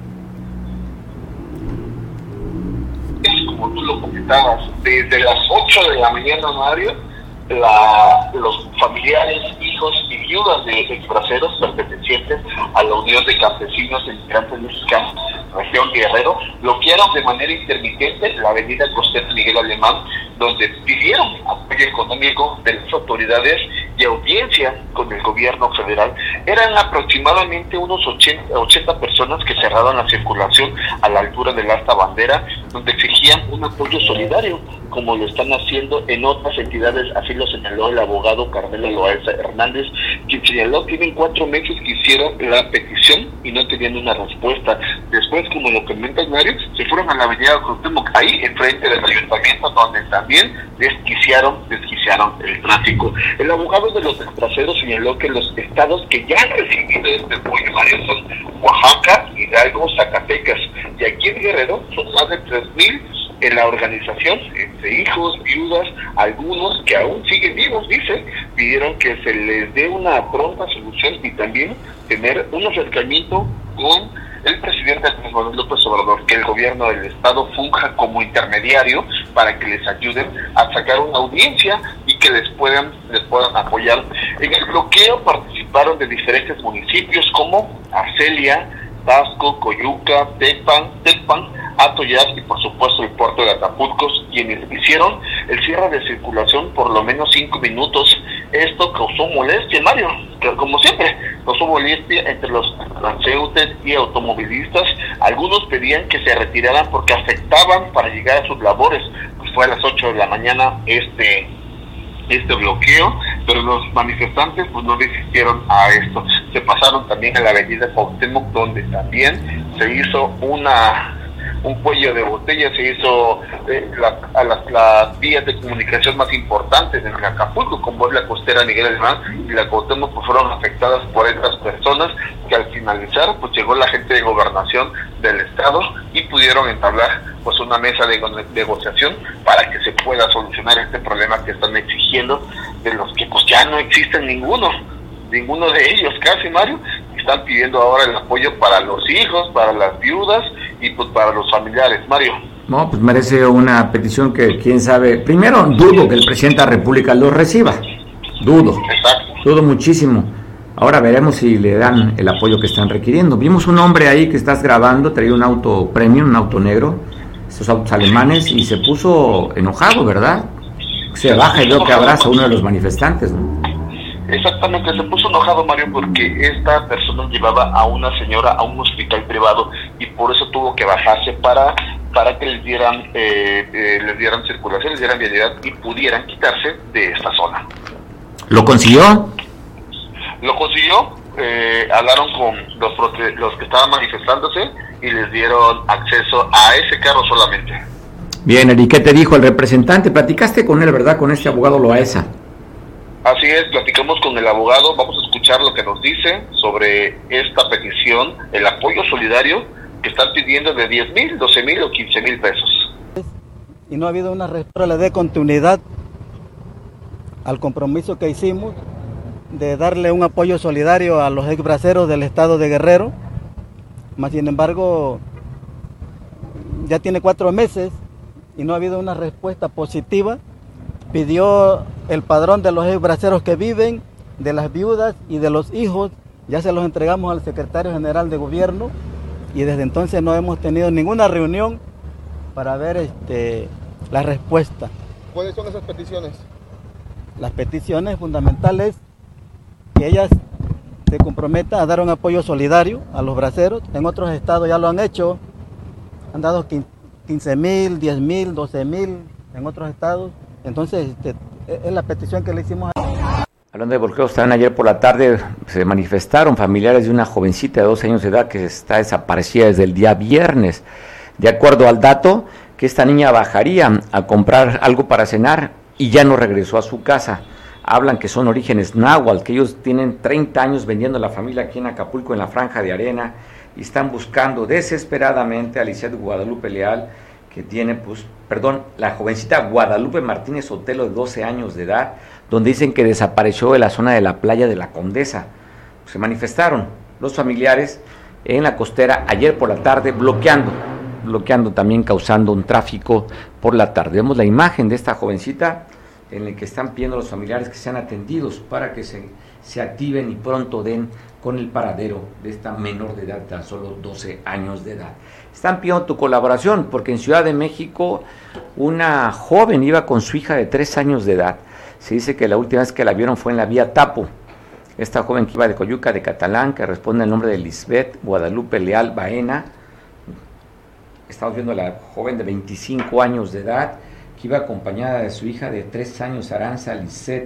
Speaker 3: Como tú lo comentabas, desde las 8 de la mañana, Mario, los familiares, hijos y viudas de exbraceros pertenecientes a la Unión de Campesinos e Inmigrantes Mexicanos, región Guerrero, bloquearon de manera intermitente la avenida costera Miguel Alemán, donde pidieron apoyo económico de las autoridades, y audiencia con el gobierno federal, eran aproximadamente unos 80 personas que cerraron la circulación a la altura del asta bandera, donde exigían un apoyo solidario, como lo están haciendo en otras entidades. Así lo señaló el abogado Carmelo Loaiza Hernández, quien señaló que tienen 4 meses que hicieron la petición y no tenían una respuesta. Después, como lo comenta Mario, se fueron a la avenida Cuauhtémoc, ahí enfrente del ayuntamiento, donde también desquiciaron el tráfico. El abogado de los extranjeros señaló que los estados que ya han recibido este apoyo, Mario, son Oaxaca, Hidalgo, Zacatecas, y aquí en Guerrero son más de 3,000 en la organización, entre hijos, viudas, algunos que aún siguen vivos, dice, pidieron que se les dé una pronta solución y también tener un acercamiento con el presidente Andrés Manuel López Obrador, que el gobierno del estado funja como intermediario para que les ayuden a sacar una audiencia y que les puedan apoyar. En el bloqueo participaron de diferentes municipios como Arcelia, Tasco, Coyuca, Tecpan, Atoyac y por supuesto el puerto de Acapulco, quienes hicieron el cierre de circulación por lo menos 5 minutos. Esto causó molestia, Mario, que como siempre causó molestia entre los transeúntes y automovilistas. Algunos pedían que se retiraran porque afectaban para llegar a sus labores. Pues fue a las 8 de la mañana este bloqueo, pero los manifestantes pues no resistieron a esto. Se pasaron también a la avenida Cuauhtémoc, donde también se hizo un cuello de botella, se hizo las vías de comunicación más importantes en Acapulco, como es la costera Miguel Alemán y la Cuauhtémoc, pues fueron afectadas por estas personas, que al finalizar pues llegó la gente de gobernación del estado y pudieron entablar pues una mesa de negociación para que se pueda solucionar este problema que están exigiendo, de los que pues ya no existen ninguno de ellos casi, Mario. Están pidiendo ahora el apoyo para los hijos, para las viudas y pues para los familiares, Mario.
Speaker 2: No, pues merece una petición que quién sabe. Primero, dudo que el presidente de la República lo reciba. Dudo muchísimo. Ahora veremos si le dan el apoyo que están requiriendo. Vimos un hombre ahí que estás grabando, traía un auto premium, un auto negro, estos autos alemanes, y se puso enojado, ¿verdad? Se baja y veo que abraza a uno de los manifestantes, ¿no?
Speaker 3: Exactamente, se puso enojado, Mario, porque esta persona llevaba a una señora a un hospital privado y por eso tuvo que bajarse para que les dieran circulación, les dieran vialidad y pudieran quitarse de esta zona.
Speaker 2: ¿Lo consiguió?
Speaker 3: Lo consiguió, hablaron con los que estaban manifestándose y les dieron acceso a ese carro solamente.
Speaker 2: Bien, ¿y qué te dijo el representante? Platicaste con él, ¿verdad? Con este abogado Loaiza.
Speaker 3: Así es, platicamos con el abogado, vamos a escuchar lo que nos dice sobre esta petición, el apoyo solidario que están pidiendo de 10,000, 12,000 o 15,000 pesos.
Speaker 8: Y no ha habido una respuesta, le dé continuidad al compromiso que hicimos de darle un apoyo solidario a los exbraceros del estado de Guerrero, más sin embargo ya tiene 4 meses y no ha habido una respuesta positiva. Pidió el padrón de los exbraceros que viven, de las viudas y de los hijos, ya se los entregamos al secretario general de gobierno y desde entonces no hemos tenido ninguna reunión para ver la respuesta.
Speaker 9: ¿Cuáles son esas peticiones?
Speaker 8: Las peticiones fundamentales, que ellas se comprometan a dar un apoyo solidario a los braceros. En otros estados ya lo han hecho, han dado 15,000, 10,000, 12,000 en otros estados. Entonces, es la petición que le hicimos.
Speaker 2: Hablando de bloqueos, también ayer por la tarde se manifestaron familiares de una jovencita de 12 años de edad que está desaparecida desde el día viernes. De acuerdo al dato, que esta niña bajaría a comprar algo para cenar y ya no regresó a su casa. Hablan que son orígenes náhuatl, que ellos tienen 30 años vendiendo a la familia aquí en Acapulco, en la Franja de Arena, y están buscando desesperadamente a Lisette Guadalupe Leal, que tiene, la jovencita Guadalupe Martínez Sotelo, de 12 años de edad, donde dicen que desapareció de la zona de la playa de la Condesa. Se manifestaron los familiares en la costera ayer por la tarde, bloqueando también, causando un tráfico por la tarde. Vemos la imagen de esta jovencita en la que están pidiendo a los familiares que sean atendidos para que se activen y pronto den con el paradero de esta menor de edad, tan solo 12 años de edad. Están pidiendo tu colaboración, porque en Ciudad de México una joven iba con su hija de 3 años de edad, Se dice que la última vez que la vieron fue en la vía Tapo. Esta joven que iba de Coyuca de Catalán, que responde al nombre de Lisbeth Guadalupe Leal Baena. Estamos viendo a la joven de 25 años de edad, que iba acompañada de su hija de 3 años, Aranza Lisset.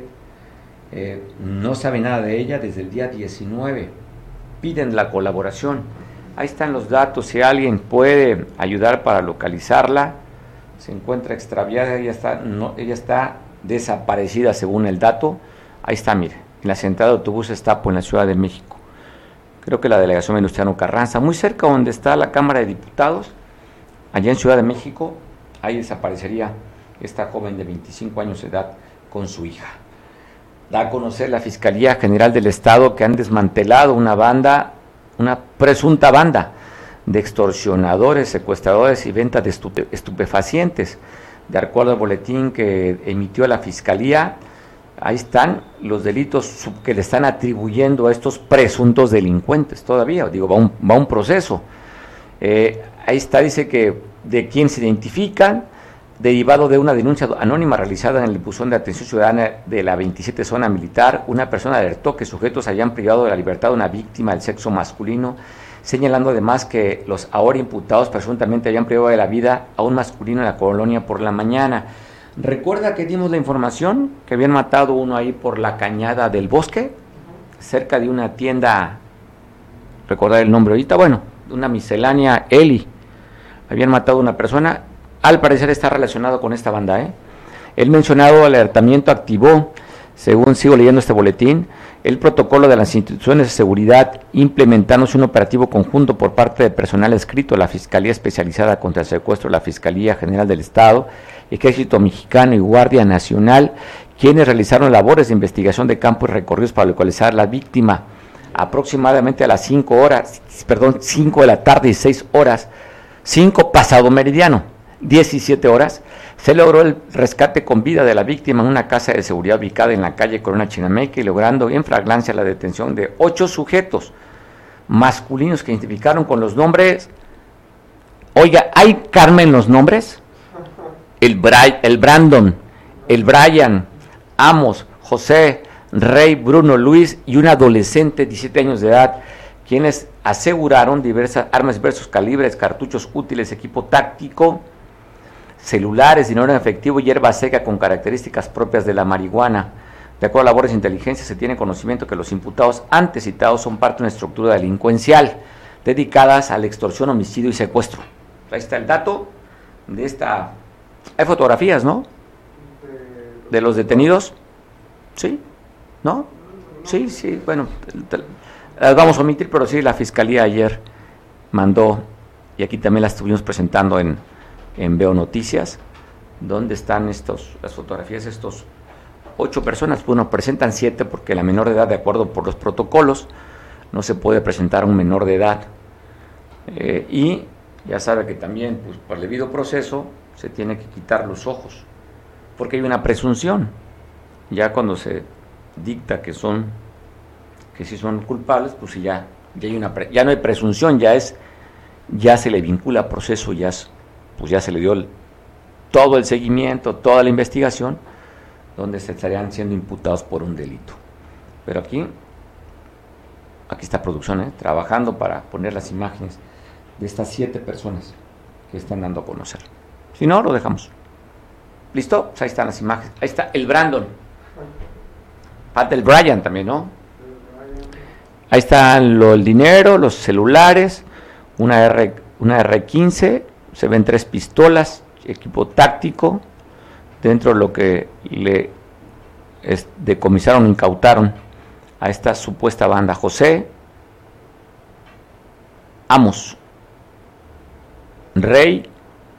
Speaker 2: No sabe nada de ella desde el día 19. Piden la colaboración. Ahí están los datos, si alguien puede ayudar para localizarla. Se encuentra extraviada, ella está desaparecida según el dato. Ahí está, mire, en la central de autobuses Tapo, en la Ciudad de México. Creo que la delegación Venustiano Carranza, muy cerca donde está la Cámara de Diputados, allá en Ciudad de México, ahí desaparecería esta joven de 25 años de edad con su hija. Da a conocer la Fiscalía General del Estado que han desmantelado una presunta banda de extorsionadores, secuestradores y venta de estupefacientes. De acuerdo al boletín que emitió la Fiscalía, ahí están los delitos que le están atribuyendo a estos presuntos delincuentes todavía. Digo, va un proceso. Ahí está, dice que de quién se identifican, derivado de una denuncia anónima realizada en el buzón de atención ciudadana de la 27 zona militar, una persona alertó que sujetos habían privado de la libertad a una víctima del sexo masculino, señalando además que los ahora imputados presuntamente habían privado de la vida a un masculino en la colonia Por la Mañana. ¿Recuerda que dimos la información que habían matado uno ahí por la Cañada del Bosque, cerca de una tienda, recordar el nombre ahorita, bueno, de una miscelánea Eli? Habían matado a una persona, al parecer está relacionado con esta banda, El mencionado alertamiento activó, según sigo leyendo este boletín, el protocolo de las instituciones de seguridad, implementándose un operativo conjunto por parte de personal adscrito a la Fiscalía Especializada contra el Secuestro, la Fiscalía General del Estado, Ejército Mexicano y Guardia Nacional, quienes realizaron labores de investigación de campo y recorridos para localizar a la víctima. Aproximadamente a las 5 de la tarde y 6 horas, 5 pasado meridiano, 17 horas, se logró el rescate con vida de la víctima en una casa de seguridad ubicada en la calle Corona Chinameca y logrando en flagrancia la detención de 8 sujetos masculinos que identificaron con los nombres. Oiga, ¿hay Carmen los nombres? El Brandon, el Brian, Amos, José, Rey, Bruno, Luis y un adolescente de 17 años de edad, quienes aseguraron diversas armas de diversos calibres, cartuchos útiles, equipo táctico, celulares, dinero en efectivo y hierba seca con características propias de la marihuana. De acuerdo a labores de inteligencia, se tiene conocimiento que los imputados antes citados son parte de una estructura delincuencial dedicadas a la extorsión, homicidio y secuestro. Ahí está el dato de esta. Hay fotografías, ¿no? De los detenidos. ¿Sí? ¿No? Sí, bueno, las vamos a omitir, pero sí, la Fiscalía ayer mandó, y aquí también las estuvimos presentando en Veo Noticias, donde están las fotografías de estos 8 personas. Bueno, presentan 7 porque la menor de edad, de acuerdo por los protocolos, no se puede presentar a un menor de edad. Y ya sabe que también, pues, por el debido proceso, se tiene que quitar los ojos, porque hay una presunción. Ya cuando se dicta que sí son culpables, pues ya no hay presunción, ya se le vincula a proceso, ya se le dio todo el seguimiento, toda la investigación, donde se estarían siendo imputados por un delito. Pero aquí está producción, trabajando para poner las imágenes de estas 7 personas que están dando a conocer. Si no, lo dejamos. ¿Listo? Pues ahí están las imágenes. Ahí está el Brandon. Falta el Brian también, ¿no? Ahí están el dinero, los celulares, una R15, se ven 3 pistolas, equipo táctico, dentro de lo que le decomisaron, incautaron a esta supuesta banda. José, Amos, Rey,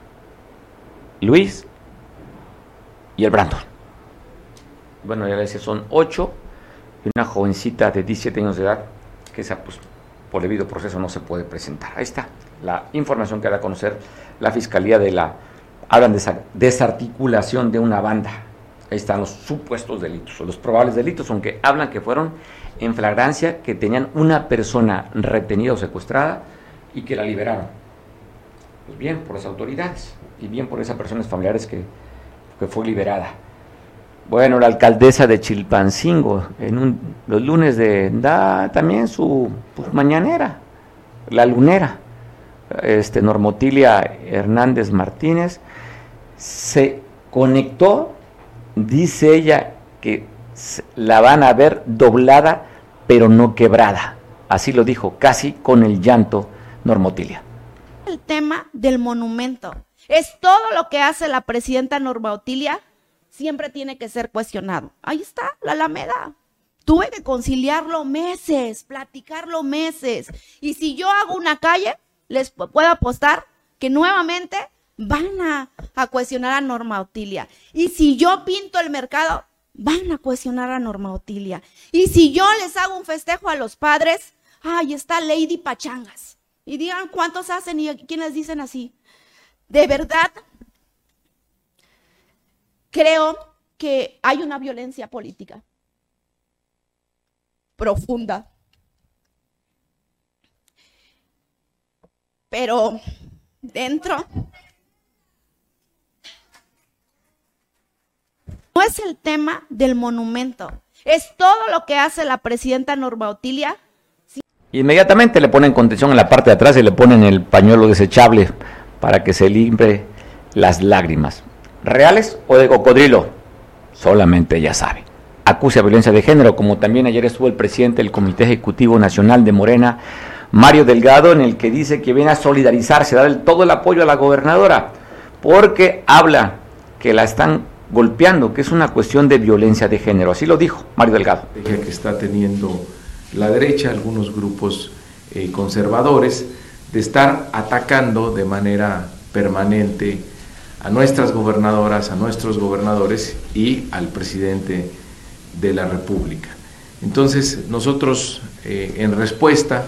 Speaker 2: Luis y el Brandon. Bueno, ya les decía, son 8 y una jovencita de 17 años de edad, que esa, pues, por debido proceso no se puede presentar. Ahí está la información que da a conocer la Fiscalía hablan de esa desarticulación de una banda. Ahí están los supuestos delitos, o los probables delitos, aunque hablan que fueron en flagrancia, que tenían una persona retenida o secuestrada y que la liberaron. Pues bien por las autoridades y bien por esas personas familiares que fue liberada. Bueno, la alcaldesa de Chilpancingo, los lunes da también su mañanera, la lunera, Norma Otilia Hernández Martínez, se conectó, dice ella que la van a ver doblada, pero no quebrada. Así lo dijo, casi con el llanto, Norma Otilia.
Speaker 10: El tema del monumento. Es todo lo que hace la presidenta Norma Otilia, siempre tiene que ser cuestionado. Ahí está, la Alameda. Tuve que conciliarlo meses, platicarlo meses. Y si yo hago una calle, les puedo apostar que nuevamente van a cuestionar a Norma Otilia. Y si yo pinto el mercado, van a cuestionar a Norma Otilia. Y si yo les hago un festejo a los padres, ahí está Lady Pachangas. Y digan cuántos hacen y quiénes dicen así. De verdad, creo que hay una violencia política profunda. Pero dentro no es el tema del monumento, es todo lo que hace la presidenta Norma Otilia.
Speaker 2: Inmediatamente le ponen contención en la parte de atrás y le ponen el pañuelo desechable para que se limpie las lágrimas. ¿Reales o de cocodrilo? Solamente ella sabe. Acusa violencia de género, como también ayer estuvo el presidente del Comité Ejecutivo Nacional de Morena, Mario Delgado, en el que dice que viene a solidarizarse, a dar todo el apoyo a la gobernadora, porque habla que la están golpeando, que es una cuestión de violencia de género. Así lo dijo Mario Delgado.
Speaker 11: Que está teniendo la derecha, algunos grupos conservadores, de estar atacando de manera permanente a nuestras gobernadoras, a nuestros gobernadores y al presidente de la República. Entonces, nosotros, en respuesta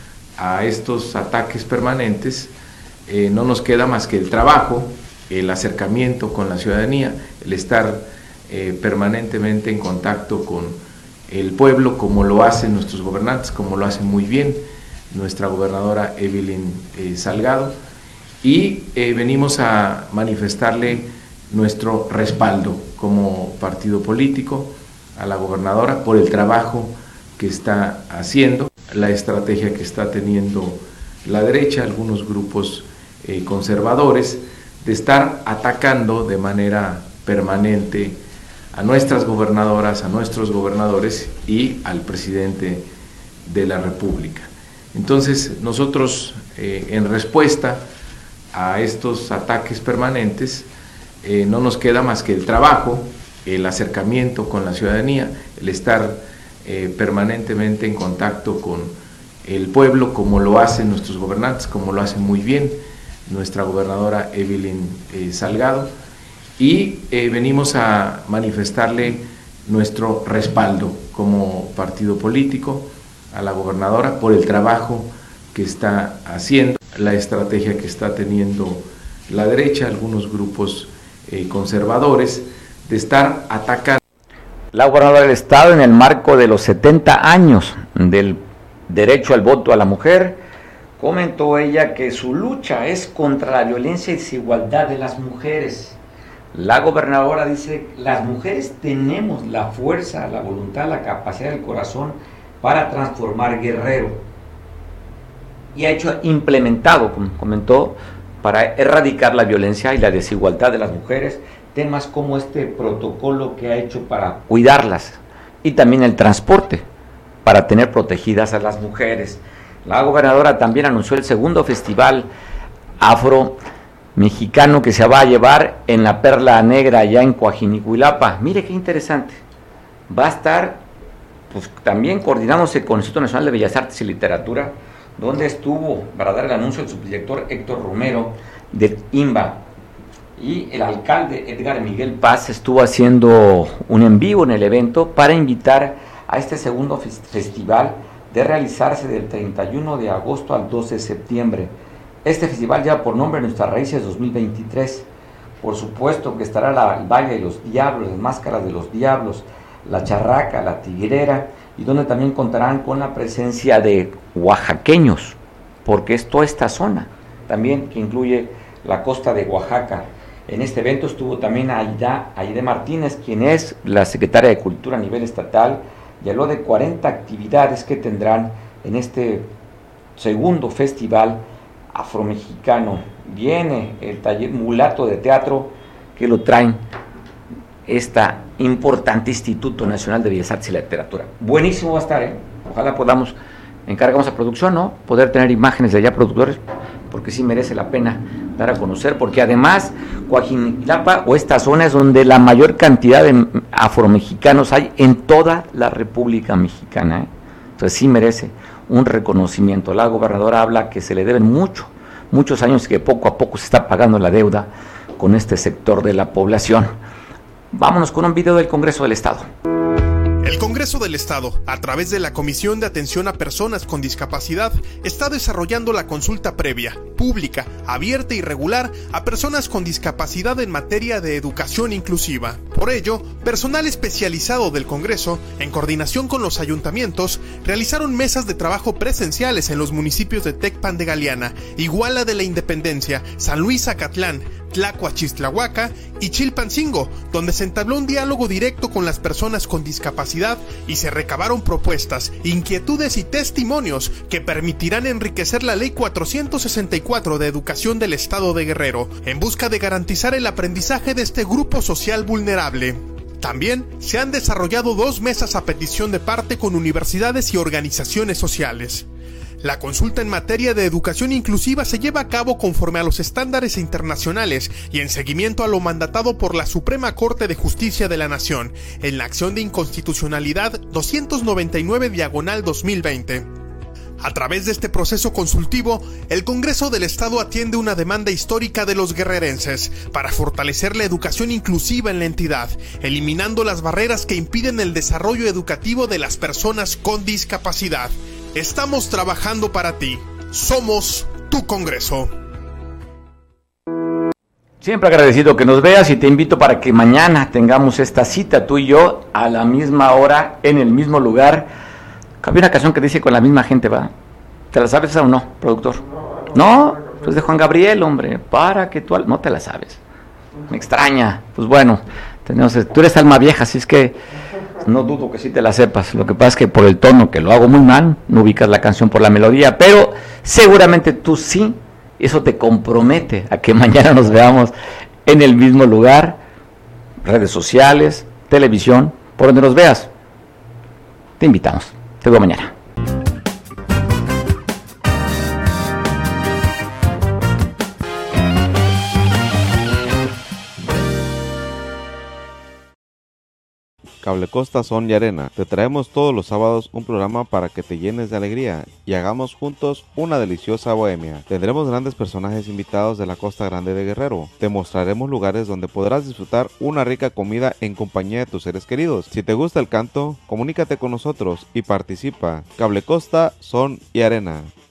Speaker 11: a estos ataques permanentes, no nos queda más que el trabajo, el acercamiento con la ciudadanía, el estar permanentemente en contacto con el pueblo, como lo hacen nuestros gobernantes, como lo hacen muy bien nuestra gobernadora Evelyn Salgado, y venimos a manifestarle nuestro respaldo como partido político a la gobernadora por el trabajo que está haciendo, la estrategia que está teniendo la derecha, algunos grupos conservadores, de estar atacando de manera permanente a nuestras gobernadoras, a nuestros gobernadores y al presidente de la República. Entonces, nosotros, en respuesta a estos ataques permanentes, no nos queda más que el trabajo, el acercamiento con la ciudadanía, el estar permanentemente en contacto con el pueblo, como lo hacen nuestros gobernantes, como lo hacen muy bien nuestra gobernadora Evelyn Salgado, y venimos a manifestarle nuestro respaldo como partido político a la gobernadora por el trabajo que está haciendo, la estrategia que está teniendo la derecha, algunos grupos conservadores, de estar atacando.
Speaker 2: La gobernadora del estado, en el marco de los 70 años del derecho al voto a la mujer, comentó ella que su lucha es contra la violencia y desigualdad de las mujeres. La gobernadora dice, las mujeres tenemos la fuerza, la voluntad, la capacidad del corazón para transformar Guerrero. Y ha implementado, como comentó, para erradicar la violencia y la desigualdad de las mujeres, temas como este protocolo que ha hecho para cuidarlas y también el transporte para tener protegidas a las mujeres. La gobernadora también anunció el segundo festival afro-mexicano que se va a llevar en la Perla Negra allá en Coajinicuilapa. Mire qué interesante. Va a estar pues, también coordinándose con el Instituto Nacional de Bellas Artes y Literatura, donde estuvo para dar el anuncio el subdirector Héctor Romero del INBA. Y el alcalde Edgar Miguel Paz estuvo haciendo un en vivo en el evento para invitar a este segundo festival de realizarse del 31 de agosto al 12 de septiembre. Este festival lleva por nombre Nuestras Raíces 2023. Por supuesto que estará el baile de los diablos, las máscaras de los diablos, la charraca, la tigrera, y donde también contarán con la presencia de oaxaqueños, porque es toda esta zona, también que incluye la costa de Oaxaca. En este evento estuvo también Aide Martínez, quien es la secretaria de Cultura a nivel estatal, y habló de 40 actividades que tendrán en este segundo festival afromexicano. Viene el taller mulato de teatro que lo traen esta importante Instituto Nacional de Bellas Artes y la Literatura. Buenísimo va a estar, Ojalá podamos, encargamos a producción, ¿no? Poder tener imágenes de allá, productores, porque sí merece la pena dar a conocer, porque además Coajimalpa o esta zona es donde la mayor cantidad de afromexicanos hay en toda la República Mexicana, Entonces sí merece un reconocimiento. La gobernadora habla que se le deben muchos años, que poco a poco se está pagando la deuda con este sector de la población. Vámonos con un video del Congreso del Estado.
Speaker 12: El Congreso del Estado, a través de la Comisión de Atención a Personas con Discapacidad, está desarrollando la consulta previa, pública, abierta y regular a personas con discapacidad en materia de educación inclusiva. Por ello, personal especializado del Congreso, en coordinación con los ayuntamientos, realizaron mesas de trabajo presenciales en los municipios de Tecpan de Galeana, Iguala de la Independencia, San Luis Acatlán, Tlacuachistlahuaca y Chilpancingo, donde se entabló un diálogo directo con las personas con discapacidad y se recabaron propuestas, inquietudes y testimonios que permitirán enriquecer la Ley 464 de Educación del Estado de Guerrero, en busca de garantizar el aprendizaje de este grupo social vulnerable. También se han desarrollado 2 mesas a petición de parte con universidades y organizaciones sociales. La consulta en materia de educación inclusiva se lleva a cabo conforme a los estándares internacionales y en seguimiento a lo mandatado por la Suprema Corte de Justicia de la Nación en la acción de inconstitucionalidad 299/2020. A través de este proceso consultivo, el Congreso del Estado atiende una demanda histórica de los guerrerenses para fortalecer la educación inclusiva en la entidad, eliminando las barreras que impiden el desarrollo educativo de las personas con discapacidad. Estamos trabajando para ti. Somos tu Congreso.
Speaker 2: Siempre agradecido que nos veas y te invito para que mañana tengamos esta cita, tú y yo, a la misma hora, en el mismo lugar. Había una canción que dice con la misma gente, ¿va? ¿Te la sabes esa o no, productor? ¿No? Pues de Juan Gabriel, hombre, para que tú... No te la sabes. Me extraña. Pues bueno, tú eres alma vieja, así es que no dudo que sí te la sepas. Lo que pasa es que por el tono, que lo hago muy mal, no ubicas la canción por la melodía, pero seguramente tú sí. Eso te compromete a que mañana nos veamos en el mismo lugar, redes sociales, televisión, por donde nos veas. Te invitamos. Te veo mañana.
Speaker 1: Cable Costa Son y Arena. Te traemos todos los sábados un programa para que te llenes de alegría y hagamos juntos una deliciosa bohemia. Tendremos grandes personajes invitados de la Costa Grande de Guerrero. Te mostraremos lugares donde podrás disfrutar una rica comida en compañía de tus seres queridos. Si te gusta el canto, comunícate con nosotros y participa. Cable Costa Son y Arena.